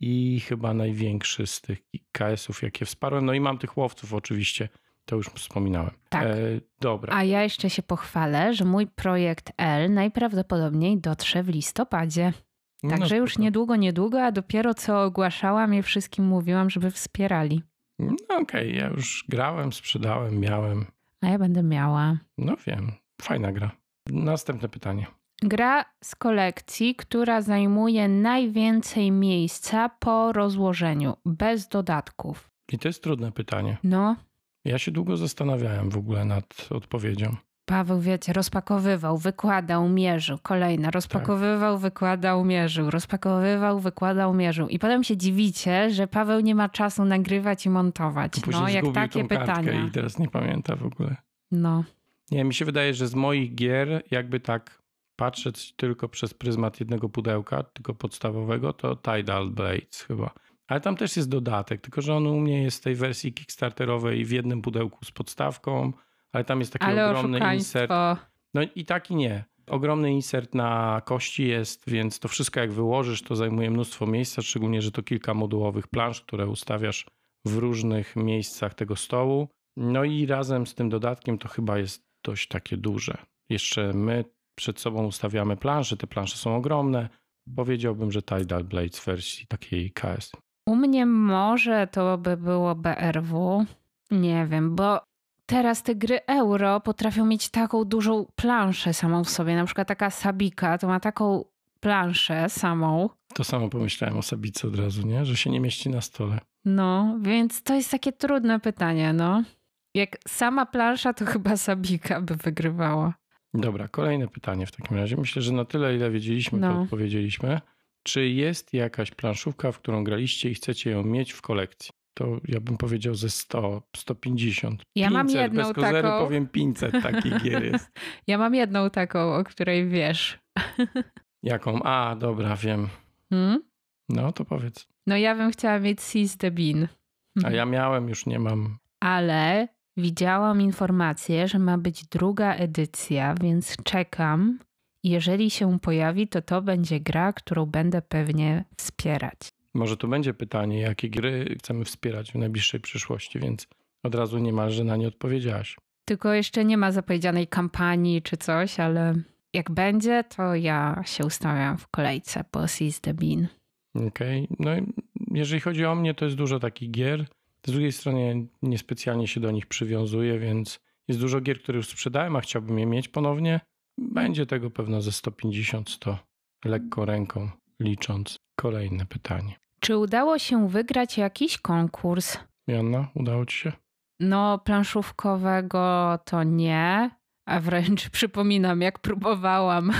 i chyba największy z tych KS-ów, jakie wsparłem. No i mam tych łowców oczywiście, to już wspominałem. Tak. Dobra. A ja jeszcze się pochwalę, że mój projekt L najprawdopodobniej dotrze w listopadzie. Także już niedługo, a dopiero co ogłaszałam i wszystkim mówiłam, żeby wspierali. No okej, ja już grałem, sprzedałem, miałem. A ja będę miała. No wiem, fajna gra. Następne pytanie. Gra z kolekcji, która zajmuje najwięcej miejsca po rozłożeniu, bez dodatków. I to jest trudne pytanie. No. Ja się długo zastanawiałem w ogóle nad odpowiedzią. Paweł, wiecie, rozpakowywał, wykładał, mierzył. Kolejne. Rozpakowywał, wykładał, mierzył. Rozpakowywał, wykładał, mierzył. I potem się dziwicie, że Paweł nie ma czasu nagrywać i montować. Później no, jak takie pytania. I teraz nie pamięta w ogóle. No. Nie, mi się wydaje, że z moich gier, jakby tak patrzeć tylko przez pryzmat jednego pudełka, tylko podstawowego, to Tidal Blades chyba. Ale tam też jest dodatek, tylko że on u mnie jest w tej wersji kickstarterowej w jednym pudełku z podstawką, ale tam jest taki ogromny insert. No i tak i nie. Ogromny insert na kości jest, więc to wszystko jak wyłożysz, to zajmuje mnóstwo miejsca, szczególnie, że to kilka modułowych plansz, które ustawiasz w różnych miejscach tego stołu. No i razem z tym dodatkiem to chyba jest dość takie duże. Jeszcze my przed sobą ustawiamy plansze, te plansze są ogromne. Powiedziałbym, że Tidal Blades w wersji takiej KS. U mnie może to by było BRW. Nie wiem, bo teraz te gry euro potrafią mieć taką dużą planszę samą w sobie. Na przykład taka Sabika to ma taką planszę samą. To samo pomyślałem o Sabice od razu, nie? Że się nie mieści na stole. No, więc to jest takie trudne pytanie, no. Jak sama plansza, to chyba Sabika by wygrywała. Dobra, kolejne pytanie w takim razie. Myślę, że na tyle, ile wiedzieliśmy, to odpowiedzieliśmy. Czy jest jakaś planszówka, w którą graliście i chcecie ją mieć w kolekcji? To ja bym powiedział ze 100, 150. Ja 500, mam jedną bez kozery taką. powiem 500 takich gier jest. Ja mam jedną taką, o której wiesz. Jaką? A, dobra, wiem. No to powiedz. No ja bym chciała mieć Seize the Bean. A ja miałem, już nie mam. Ale widziałam informację, że ma być druga edycja, więc czekam. Jeżeli się pojawi, to będzie gra, którą będę pewnie wspierać. Może tu będzie pytanie, jakie gry chcemy wspierać w najbliższej przyszłości, więc od razu niemalże na nie odpowiedziałaś. Tylko jeszcze nie ma zapowiedzianej kampanii czy coś, ale jak będzie, to ja się ustawiam w kolejce po Seize the Bean. Okej. No i jeżeli chodzi o mnie, to jest dużo takich gier. Z drugiej strony niespecjalnie się do nich przywiązuję, więc jest dużo gier, które już sprzedałem, a chciałbym je mieć ponownie. Będzie tego pewno ze 150-100, lekko ręką licząc. Kolejne pytanie. Czy udało się wygrać jakiś konkurs? Joanna, udało ci się? No, planszówkowego to nie, a wręcz przypominam, jak próbowałam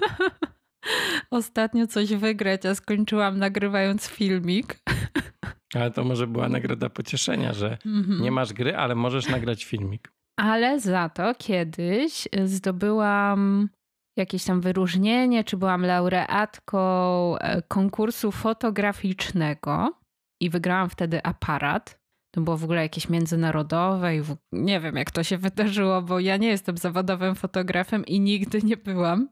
ostatnio coś wygrać, a skończyłam nagrywając filmik. Ale to może była nagroda pocieszenia, że nie masz gry, ale możesz nagrać filmik. Ale za to kiedyś zdobyłam jakieś tam wyróżnienie, czy byłam laureatką konkursu fotograficznego i wygrałam wtedy aparat. To było w ogóle jakieś międzynarodowe i nie wiem, jak to się wydarzyło, bo ja nie jestem zawodowym fotografem i nigdy nie byłam.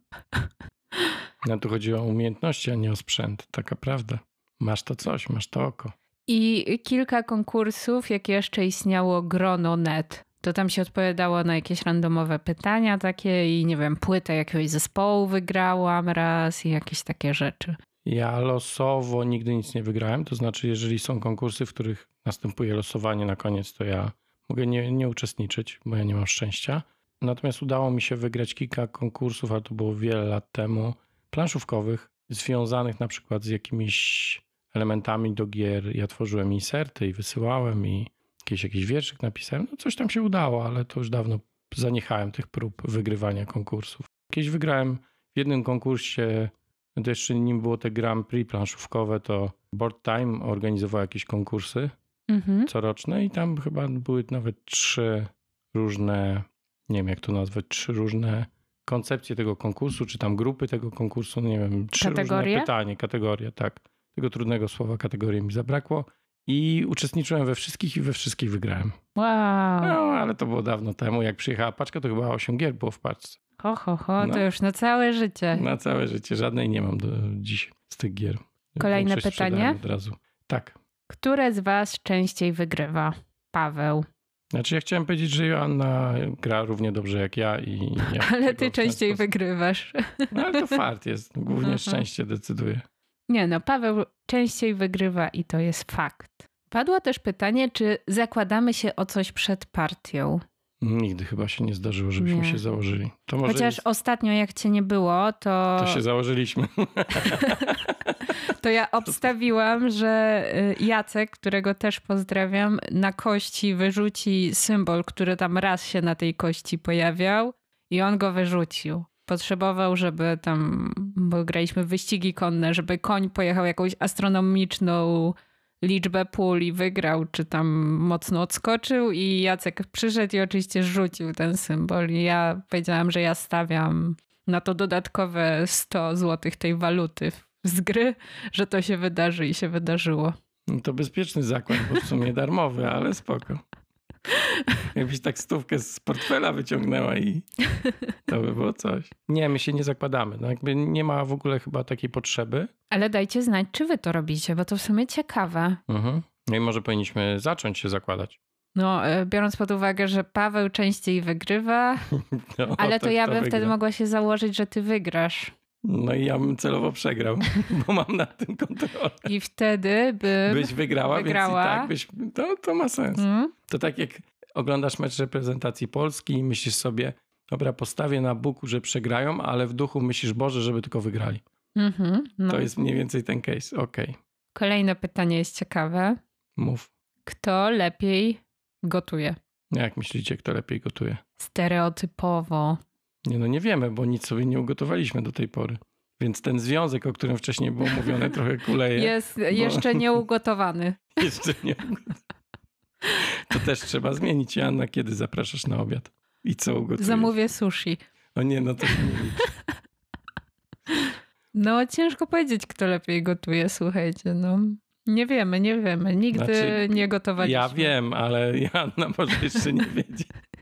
No tu chodziło o umiejętności, a nie o sprzęt. Taka prawda. Masz to coś, masz to oko. I kilka konkursów, jak jeszcze istniało Grono.net. To tam się odpowiadało na jakieś randomowe pytania takie i nie wiem, płytę jakiegoś zespołu wygrałam raz i jakieś takie rzeczy. Ja losowo nigdy nic nie wygrałem, to znaczy jeżeli są konkursy, w których następuje losowanie na koniec, to ja mogę nie uczestniczyć, bo ja nie mam szczęścia. Natomiast udało mi się wygrać kilka konkursów, ale to było wiele lat temu, planszówkowych, związanych na przykład z jakimiś elementami do gier. Ja tworzyłem inserty i wysyłałem i jakiś wierszyk napisałem. No coś tam się udało, ale to już dawno zaniechałem tych prób wygrywania konkursów. Kiedyś wygrałem w jednym konkursie, to jeszcze nim było te Grand Prix planszówkowe, to Board Time organizował jakieś konkursy coroczne i tam chyba były nawet 3 różne, nie wiem jak to nazwać, 3 różne koncepcje tego konkursu, czy tam grupy tego konkursu, nie wiem, 3 różne kategorie, tak. Tego trudnego słowa kategorii mi zabrakło i uczestniczyłem we wszystkich i we wszystkich wygrałem. Wow. No, ale to było dawno temu, jak przyjechała paczka, to chyba 8 gier było w paczce. To już na całe życie. Na całe życie, żadnej nie mam do dziś z tych gier. Kolejne pytanie. Od razu. Tak. Które z was częściej wygrywa? Paweł. Znaczy ja chciałem powiedzieć, że Joanna gra równie dobrze jak ja. Ale ty częściej wygrywasz. No ale to fart jest. Głównie szczęście decyduje. Nie no, Paweł częściej wygrywa i to jest fakt. Padło też pytanie, czy zakładamy się o coś przed partią? Nigdy chyba się nie zdarzyło, żebyśmy się założyli. To może chociaż ostatnio jak cię nie było, to się założyliśmy. To ja obstawiłam, że Jacek, którego też pozdrawiam, na kości wyrzuci symbol, który tam raz się na tej kości pojawiał i on go wyrzucił. Potrzebował, żeby tam, bo graliśmy w wyścigi konne, żeby koń pojechał jakąś astronomiczną liczbę pól i wygrał, czy tam mocno odskoczył i Jacek przyszedł i oczywiście rzucił ten symbol i ja powiedziałam, że ja stawiam na to dodatkowe 100 złotych tej waluty z gry, że to się wydarzy i się wydarzyło. No to bezpieczny zakład, bo w sumie darmowy, ale spoko. Jakbyś tak 100 z portfela wyciągnęła i to by było coś. Nie, my się nie zakładamy. No jakby nie ma w ogóle chyba takiej potrzeby. Ale dajcie znać, czy wy to robicie, bo to w sumie ciekawe. No i może powinniśmy zacząć się zakładać. No, biorąc pod uwagę, że Paweł częściej wygrywa, no, ale to ja bym wtedy mogła się założyć, że ty wygrasz. No i ja bym celowo przegrał, bo mam na tym kontrolę. I wtedy byś wygrała, więc i tak byś... To ma sens. To tak jak oglądasz mecz reprezentacji Polski i myślisz sobie, dobra, postawię na buku, że przegrają, ale w duchu myślisz, Boże, żeby tylko wygrali. No. To jest mniej więcej ten case. Okej. Kolejne pytanie jest ciekawe. Mów. Kto lepiej gotuje? Jak myślicie, kto lepiej gotuje? Stereotypowo. Nie wiemy, bo nic sobie nie ugotowaliśmy do tej pory. Więc ten związek, o którym wcześniej było mówione, trochę kuleje. Jest jeszcze nieugotowany. Jeszcze nie. To też trzeba zmienić. Joanna, kiedy zapraszasz na obiad? I co ugotujesz? Zamówię sushi. O nie, no to się nie liczy. No ciężko powiedzieć, kto lepiej gotuje, słuchajcie. No. Nie wiemy. Nigdy nie gotowaliśmy. Ja wiem, ale Joanna może jeszcze nie wiedzieć.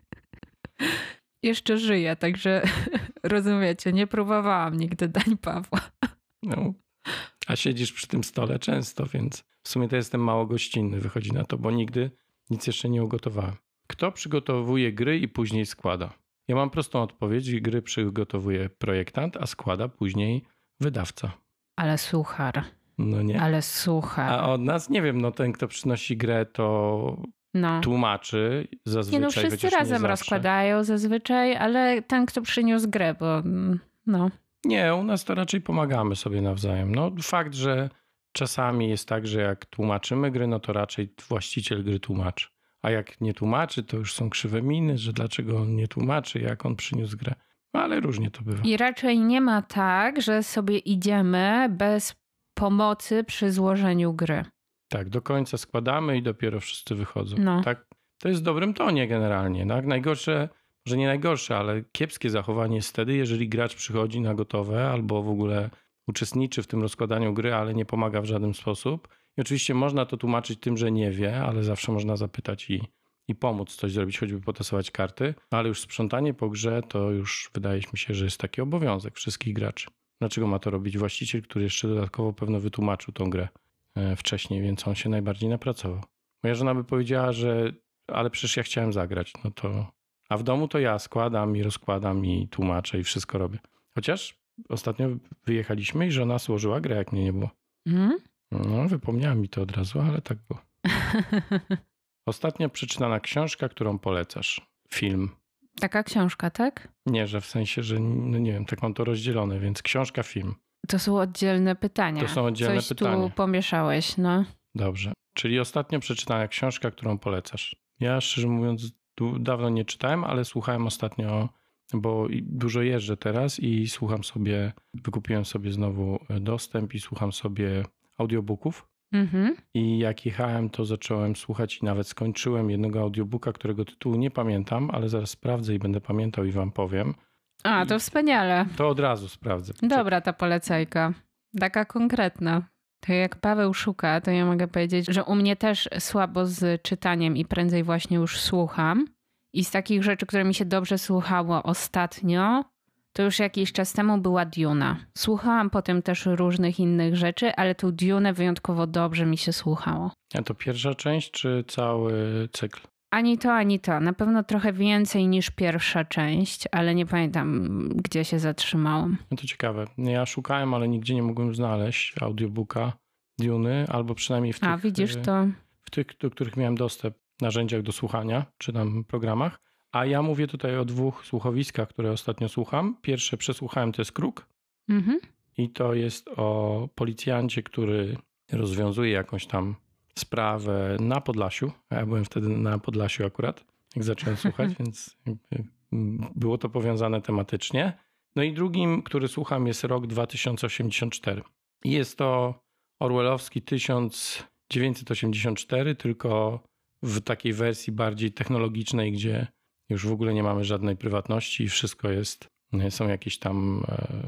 Jeszcze żyję, także rozumiecie, nie próbowałam nigdy dań Pawła. No, a siedzisz przy tym stole często, więc w sumie to jestem mało gościnny, wychodzi na to, bo nigdy nic jeszcze nie ugotowałem. Kto przygotowuje gry i później składa? Ja mam prostą odpowiedź. Gry przygotowuje projektant, a składa później wydawca. Ale suchar. No nie. Ale suchar. A od nas, nie wiem, no ten, kto przynosi grę, to tłumaczy zazwyczaj. Nie, no wszyscy razem rozkładają zazwyczaj, ale ten, kto przyniósł grę, bo no. Nie, u nas to raczej pomagamy sobie nawzajem. No fakt, że czasami jest tak, że jak tłumaczymy gry, no to raczej właściciel gry tłumaczy. A jak nie tłumaczy, to już są krzywe miny, że dlaczego on nie tłumaczy, jak on przyniósł grę. No, ale różnie to bywa. I raczej nie ma tak, że sobie idziemy bez pomocy przy złożeniu gry. Tak, do końca składamy i dopiero wszyscy wychodzą. No. Tak, to jest w dobrym tonie generalnie. Tak? Najgorsze, może nie najgorsze, ale kiepskie zachowanie jest wtedy, jeżeli gracz przychodzi na gotowe albo w ogóle uczestniczy w tym rozkładaniu gry, ale nie pomaga w żaden sposób. I oczywiście można to tłumaczyć tym, że nie wie, ale zawsze można zapytać i pomóc coś zrobić, choćby potasować karty. Ale już sprzątanie po grze to już wydaje mi się, że jest taki obowiązek wszystkich graczy. Dlaczego ma to robić właściciel, który jeszcze dodatkowo pewno wytłumaczył tą grę wcześniej, więc on się najbardziej napracował. Moja żona by powiedziała, że ale przecież ja chciałem zagrać, no to... A w domu to ja składam i rozkładam i tłumaczę i wszystko robię. Chociaż ostatnio wyjechaliśmy i żona złożyła grę, jak mnie nie było. No, wypomniała mi to od razu, ale tak było. Ostatnio przeczytana książka, którą polecasz. Film. Taka książka, tak? Nie, że w sensie, że no nie wiem, tak mam to rozdzielone, więc książka, film. To są oddzielne pytania. To są oddzielne pytania. Coś tu pomieszałeś, no. Dobrze. Czyli ostatnio przeczytana książka, którą polecasz. Ja szczerze mówiąc dawno nie czytałem, ale słuchałem ostatnio bo dużo jeżdżę teraz i słucham sobie, wykupiłem sobie znowu dostęp i słucham sobie audiobooków. I jak jechałem, to zacząłem słuchać i nawet skończyłem jednego audiobooka, którego tytułu nie pamiętam, ale zaraz sprawdzę i będę pamiętał i wam powiem. To wspaniale. To od razu sprawdzę. Dobra ta polecajka. Taka konkretna. To jak Paweł szuka, to ja mogę powiedzieć, że u mnie też słabo z czytaniem i prędzej właśnie już słucham. I z takich rzeczy, które mi się dobrze słuchało ostatnio, to już jakiś czas temu była Duna. Słuchałam potem też różnych innych rzeczy, ale tą Dunę wyjątkowo dobrze mi się słuchało. A to pierwsza część czy cały cykl? Ani to, ani to. Na pewno trochę więcej niż pierwsza część, ale nie pamiętam, gdzie się zatrzymałam. No to ciekawe. Ja szukałem, ale nigdzie nie mogłem znaleźć audiobooka Duny, albo przynajmniej w tych, widzisz to? W tych, do których miałem dostęp, narzędziach do słuchania, czy tam programach. A ja mówię tutaj o 2 słuchowiskach, które ostatnio słucham. Pierwsze przesłuchałem, to jest Kruk. I to jest o policjancie, który rozwiązuje jakąś tam sprawę na Podlasiu. A ja byłem wtedy na Podlasiu akurat, jak zacząłem słuchać, więc było to powiązane tematycznie. No i drugim, który słucham, jest Rok 2084. I jest to orwellowski 1984, tylko w takiej wersji bardziej technologicznej, gdzie już w ogóle nie mamy żadnej prywatności i wszystko są jakieś tam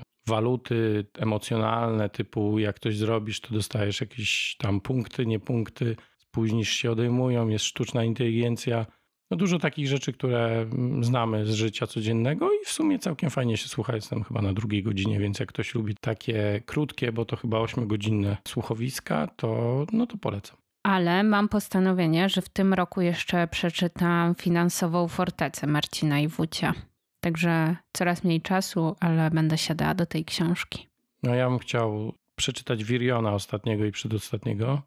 waluty emocjonalne, typu jak coś zrobisz, to dostajesz jakieś tam punkty, nie punkty, spóźnisz się, odejmują, jest sztuczna inteligencja. No dużo takich rzeczy, które znamy z życia codziennego i w sumie całkiem fajnie się słucha. Jestem chyba na 2 godzinie, więc jak ktoś lubi takie krótkie, bo to chyba 8-godzinne słuchowiska, to polecam. Ale mam postanowienie, że w tym roku jeszcze przeczytam Finansową fortecę Marcina Iwucia. Także coraz mniej czasu, ale będę siadała do tej książki. No ja bym chciał przeczytać Viriona ostatniego i przedostatniego,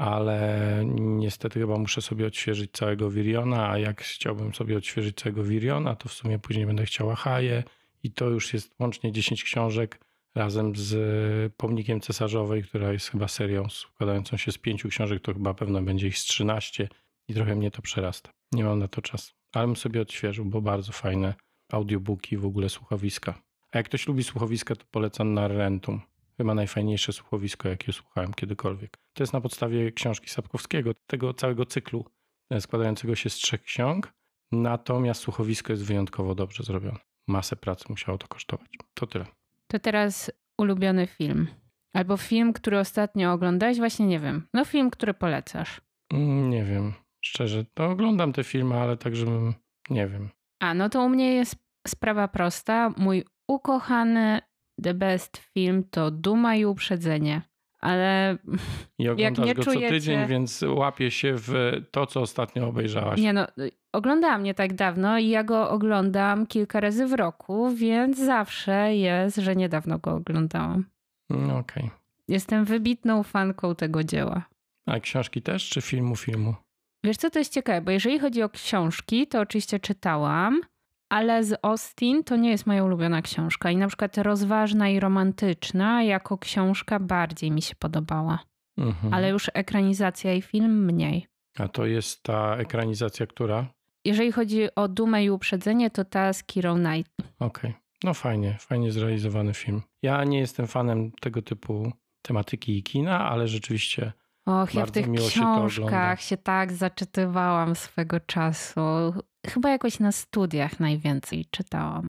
ale niestety chyba muszę sobie odświeżyć całego Viriona, a jak chciałbym sobie odświeżyć całego Viriona, to w sumie później będę chciał Achaję i to już jest łącznie 10 książek razem z Pomnikiem Cesarzowej, która jest chyba serią składającą się z 5 książek, to chyba pewno będzie ich z 13 i trochę mnie to przerasta. Nie mam na to czasu, ale bym sobie odświeżył, bo bardzo fajne audiobooki, w ogóle słuchowiska. A jak ktoś lubi słuchowiska, to polecam Narrentum. Chyba najfajniejsze słuchowisko, jakie słuchałem kiedykolwiek. To jest na podstawie książki Sapkowskiego, tego całego cyklu składającego się z 3 ksiąg. Natomiast słuchowisko jest wyjątkowo dobrze zrobione. Masę pracy musiało to kosztować. To tyle. To teraz ulubiony film. Albo film, który ostatnio oglądałeś, właśnie nie wiem. No film, który polecasz. Nie wiem, szczerze. To oglądam te filmy, ale tak, żebym... Nie wiem. No to u mnie jest sprawa prosta. Mój ukochany the best film to Duma i Uprzedzenie. Ale i oglądasz jak nie go czujecie... co tydzień, więc łapie się w to, co ostatnio obejrzałaś. Nie oglądałam nie tak dawno i ja go oglądam kilka razy w roku, więc zawsze jest, że niedawno go oglądałam. Okej. Jestem wybitną fanką tego dzieła. A książki też, czy filmu? Wiesz co, to jest ciekawe, bo jeżeli chodzi o książki, to oczywiście czytałam, ale z Austen to nie jest moja ulubiona książka. I na przykład Rozważna i romantyczna jako książka bardziej mi się podobała. Ale już ekranizacja i film mniej. A to jest ta ekranizacja, która? Jeżeli chodzi o Dumę i Uprzedzenie, to ta z Keirą Knightley. Okej. No fajnie zrealizowany film. Ja nie jestem fanem tego typu tematyki i kina, ale rzeczywiście ja w tych książkach się tak zaczytywałam swego czasu. Chyba jakoś na studiach najwięcej czytałam.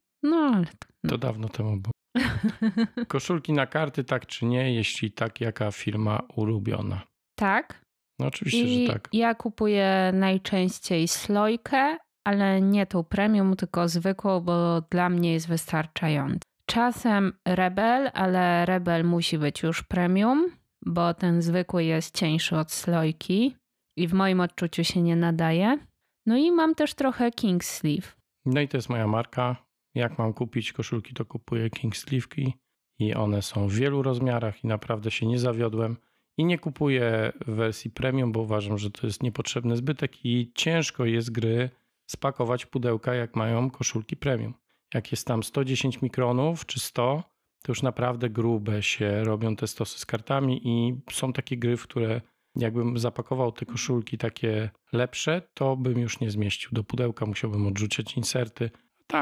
To dawno temu było. Koszulki na karty, tak czy nie? Jeśli tak, jaka firma ulubiona? Tak. No oczywiście, że tak. Ja kupuję najczęściej slojkę, ale nie tą premium, tylko zwykłą, bo dla mnie jest wystarczająca. Czasem Rebel, ale Rebel musi być już premium, bo ten zwykły jest cieńszy od slojki i w moim odczuciu się nie nadaje. No i mam też trochę King Sleeve. No i to jest moja marka. Jak mam kupić koszulki, to kupuję King Sleeve'ki i one są w wielu rozmiarach i naprawdę się nie zawiodłem. I nie kupuję w wersji premium, bo uważam, że to jest niepotrzebny zbytek i ciężko jest gry spakować pudełka, jak mają koszulki premium. Jak jest tam 110 mikronów czy 100, to już naprawdę grube się robią te stosy z kartami i są takie gry, w które jakbym zapakował te koszulki takie lepsze, to bym już nie zmieścił do pudełka, musiałbym odrzucać inserty. Tak,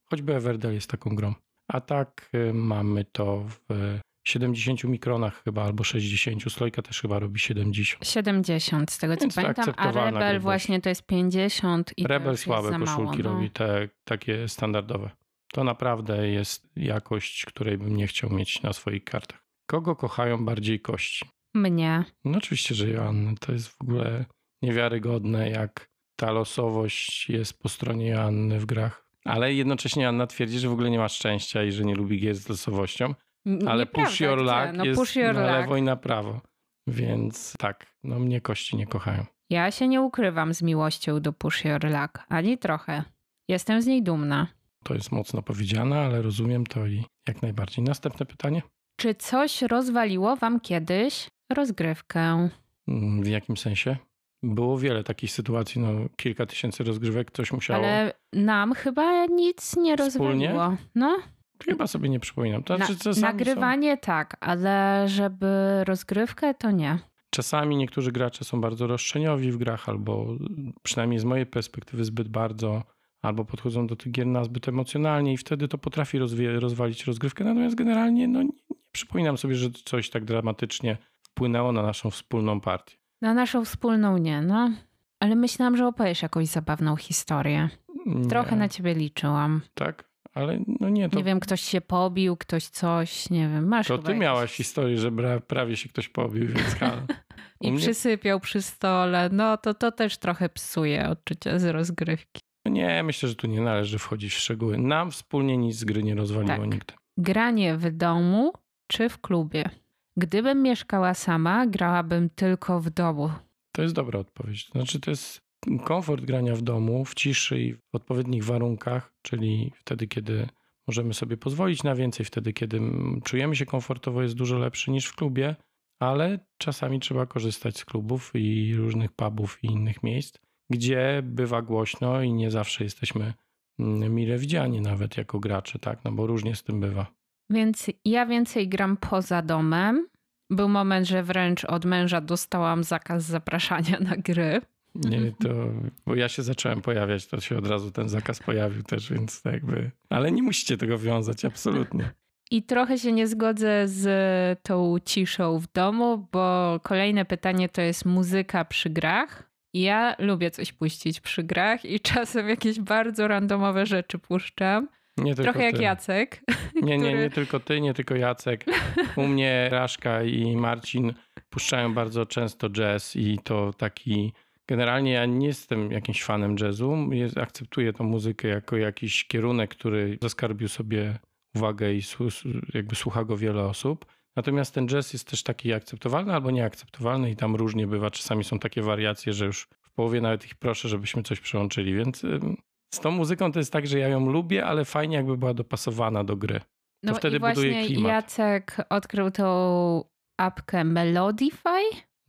Choćby Everdell jest taką grą. A tak mamy to w 70 mikronach chyba, albo 60. Slojka też chyba robi 70. 70 z tego co pamiętam, a Rebel właśnie to jest 50 i Rebel to już słabe jest za koszulki mało, robi, te takie standardowe. To naprawdę jest jakość, której bym nie chciał mieć na swoich kartach. Kogo kochają bardziej kości? Mnie. No oczywiście, że Joanny. To jest w ogóle niewiarygodne, jak ta losowość jest po stronie Joanny w grach. Ale jednocześnie Anna twierdzi, że w ogóle nie ma szczęścia i że nie lubi gier z losowością. Ale Nieprawda, push your luck jest push your na luck. lewo i na prawo. Więc tak, no mnie kości nie kochają. Ja się nie ukrywam z miłością do Push Your Luck. Ani trochę. Jestem z niej dumna. To jest mocno powiedziane, ale rozumiem to i jak najbardziej. Następne pytanie? Czy coś rozwaliło wam kiedyś rozgrywkę? W jakim sensie? Było wiele takich sytuacji, no kilka tysięcy rozgrywek, coś musiało... Ale nam chyba nic nie Wspólnie? rozwaliło. No, Chyba sobie nie przypominam. To znaczy, nagrywanie tak, ale żeby rozgrywkę to nie. Czasami niektórzy gracze są bardzo roszczeniowi w grach, albo przynajmniej z mojej perspektywy zbyt bardzo, albo podchodzą do tych gier nazbyt emocjonalnie i wtedy to potrafi rozwalić rozgrywkę. Natomiast generalnie no, nie przypominam sobie, że coś tak dramatycznie wpłynęło na naszą wspólną partię. Na naszą wspólną nie, no. Ale myślałam, że opowiesz jakąś zabawną historię. Trochę na ciebie liczyłam. Tak? Ale no nie, to... Nie wiem, ktoś się pobił, ktoś coś, nie wiem, masz To chyba ty jakieś... miałaś historię, że prawie się ktoś pobił, więc halo. I mnie... przysypiał przy stole. No to też trochę psuje odczucia z rozgrywki. Nie, myślę, że tu nie należy wchodzić w szczegóły. Nam wspólnie nic z gry nie rozwaliło nigdy. Granie w domu czy w klubie? Gdybym mieszkała sama, grałabym tylko w domu. To jest dobra odpowiedź. To znaczy, to jest komfort grania w domu, w ciszy i w odpowiednich warunkach, czyli wtedy, kiedy możemy sobie pozwolić na więcej, wtedy, kiedy czujemy się komfortowo, jest dużo lepszy niż w klubie, ale czasami trzeba korzystać z klubów i różnych pubów i innych miejsc, gdzie bywa głośno i nie zawsze jesteśmy mile widziani nawet jako gracze, tak? No bo różnie z tym bywa. Więc ja więcej gram poza domem. Był moment, że wręcz od męża dostałam zakaz zapraszania na gry. Nie, to, bo ja się zacząłem pojawiać, to się od razu ten zakaz pojawił też, więc jakby... Ale nie musicie tego wiązać, absolutnie. I trochę się nie zgodzę z tą ciszą w domu, bo kolejne pytanie to jest muzyka przy grach. Ja lubię coś puścić przy grach i czasem jakieś bardzo randomowe rzeczy puszczam. Trochę jak Jacek. Nie tylko ty, nie tylko Jacek. U mnie Raszka i Marcin puszczają bardzo często jazz i to taki... Generalnie ja nie jestem jakimś fanem jazzu. Akceptuję tą muzykę jako jakiś kierunek, który zaskarbił sobie uwagę i jakby słucha go wiele osób. Natomiast ten jazz jest też taki akceptowalny albo nieakceptowalny i tam różnie bywa. Czasami są takie wariacje, że już w połowie nawet ich proszę, żebyśmy coś przełączyli. Więc z tą muzyką to jest tak, że ja ją lubię, ale fajnie jakby była dopasowana do gry. To wtedy buduje klimat. Jacek odkrył tą apkę Melodify,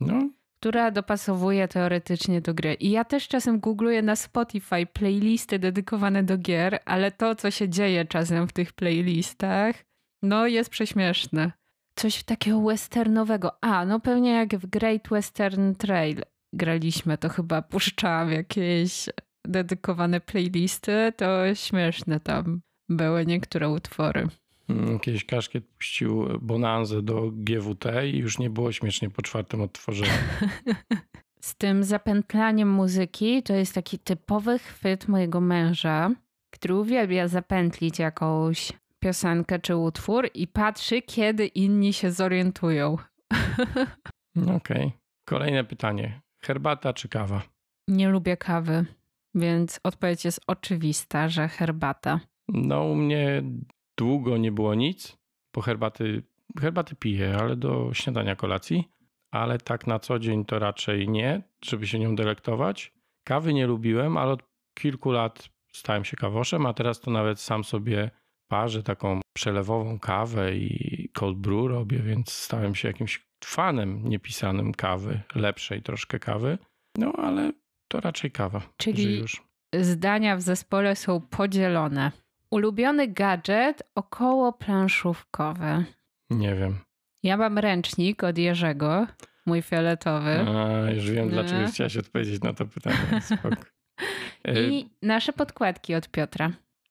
która dopasowuje teoretycznie do gry. I ja też czasem googluję na Spotify playlisty dedykowane do gier, ale to, co się dzieje czasem w tych playlistach, no jest prześmieszne. Coś takiego westernowego. Pewnie jak w Great Western Trail graliśmy, to chyba puszczałam jakieś dedykowane playlisty, to śmieszne tam były niektóre utwory. Kiedyś Kaszkiet puścił Bonanzę do GWT i już nie było śmiesznie po 4. odtworzeniu. Z tym zapętlaniem muzyki to jest taki typowy chwyt mojego męża, który uwielbia zapętlić jakąś piosenkę czy utwór i patrzy, kiedy inni się zorientują. Okej. Kolejne pytanie. Herbata czy kawa? Nie lubię kawy, więc odpowiedź jest oczywista, że herbata. No u mnie długo nie było nic, bo herbaty piję, ale do śniadania, kolacji, ale tak na co dzień to raczej nie, żeby się nią delektować. Kawy nie lubiłem, ale od kilku lat stałem się kawoszem, a teraz to nawet sam sobie parzę taką przelewową kawę i cold brew robię, więc stałem się jakimś fanem niepisanym kawy, lepszej troszkę kawy, no ale to raczej kawa. Czyli już zdania w zespole są podzielone. Ulubiony gadżet około planszówkowy. Nie wiem. Ja mam ręcznik od Jerzego, mój fioletowy. Już wiem, dlaczego chciałaś odpowiedzieć na to pytanie. Spoko. I nasze podkładki od Piotra.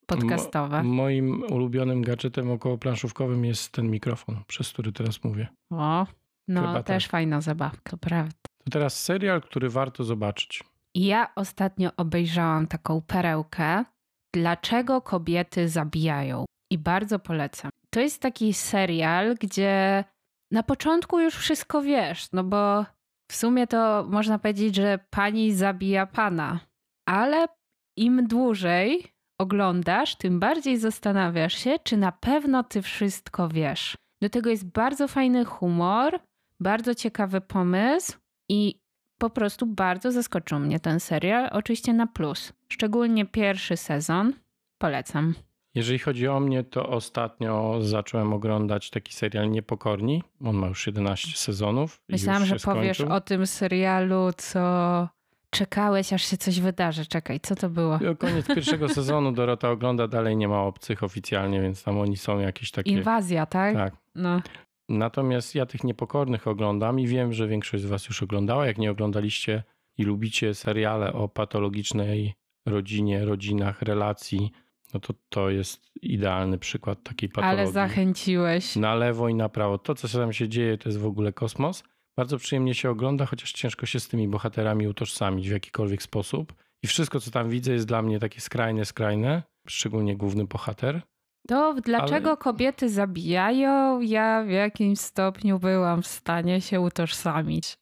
podcastowe. Moim ulubionym gadżetem okołoplanszówkowym jest ten mikrofon, przez który teraz mówię. O, no Chyba też tak. fajna zabawka, prawda. To teraz serial, który warto zobaczyć. Ja ostatnio obejrzałam taką perełkę. Dlaczego kobiety zabijają? I bardzo polecam. To jest taki serial, gdzie na początku już wszystko wiesz, no bo w sumie to można powiedzieć, że pani zabija pana. Ale im dłużej oglądasz, tym bardziej zastanawiasz się, czy na pewno ty wszystko wiesz. Do tego jest bardzo fajny humor, bardzo ciekawy pomysł i po prostu bardzo zaskoczył mnie ten serial, oczywiście na plus. Szczególnie pierwszy sezon. Polecam. Jeżeli chodzi o mnie, to ostatnio zacząłem oglądać taki serial Niepokorni. On ma już 11 sezonów. Myślałam, już że się powiesz skończył. o tym serialu, co czekałeś, aż się coś wydarzy. Czekaj, co to było? Koniec pierwszego sezonu, Dorota ogląda, dalej nie ma obcych oficjalnie, więc tam oni są jakieś takie... Inwazja, tak? Tak. No. Natomiast ja tych Niepokornych oglądam i wiem, że większość z was już oglądała. Jak nie oglądaliście i lubicie seriale o patologicznej rodzinie, rodzinach, relacji, no to jest idealny przykład takiej patologii. Ale zachęciłeś. Na lewo i na prawo. To, co tam się dzieje, to jest w ogóle kosmos. Bardzo przyjemnie się ogląda, chociaż ciężko się z tymi bohaterami utożsamić w jakikolwiek sposób. I wszystko, co tam widzę, jest dla mnie takie skrajne, szczególnie główny bohater. To dlaczego kobiety zabijają? Ja w jakimś stopniu byłam w stanie się utożsamić.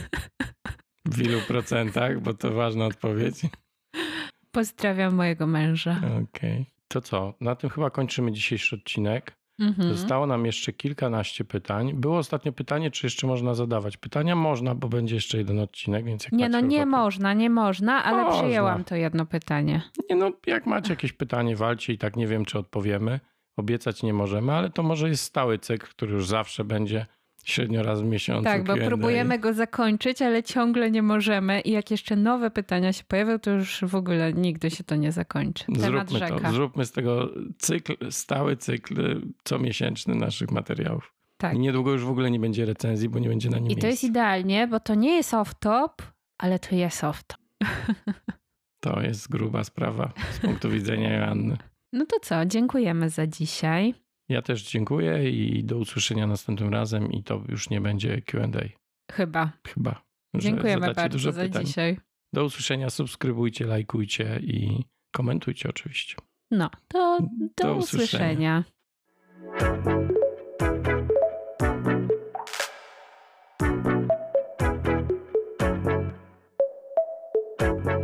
W ilu procentach, bo to ważna odpowiedź. Pozdrawiam mojego męża. Okej. To co? Na tym chyba kończymy dzisiejszy odcinek. Zostało nam jeszcze kilkanaście pytań. Było ostatnio pytanie, czy jeszcze można zadawać pytania? Można, bo będzie jeszcze jeden odcinek, więc jak Nie, no nie można, ale Można. przyjęłam to jedno pytanie. Nie, no jak macie jakieś pytanie, walcie i tak nie wiem, czy odpowiemy. Obiecać nie możemy, ale to może jest stały cykl, który już zawsze będzie średnio raz w miesiącu. Tak, bo Q&A. próbujemy go zakończyć, ale ciągle nie możemy i jak jeszcze nowe pytania się pojawią, to już w ogóle nigdy się to nie zakończy. Temat rzeka. Zróbmy z tego stały cykl comiesięczny naszych materiałów. Tak. I niedługo już w ogóle nie będzie recenzji, bo nie będzie na nim I to jest miejsca. idealnie, bo to nie jest off-top, ale to jest off-top. To jest gruba sprawa z punktu widzenia Joanny. No to co, dziękujemy za dzisiaj. Ja też dziękuję i do usłyszenia następnym razem i to już nie będzie Q&A. Chyba. Że Dziękujemy zadacie bardzo dużo za pytań. dzisiaj. Do usłyszenia, subskrybujcie, lajkujcie i komentujcie oczywiście. No, to do Do usłyszenia. usłyszenia.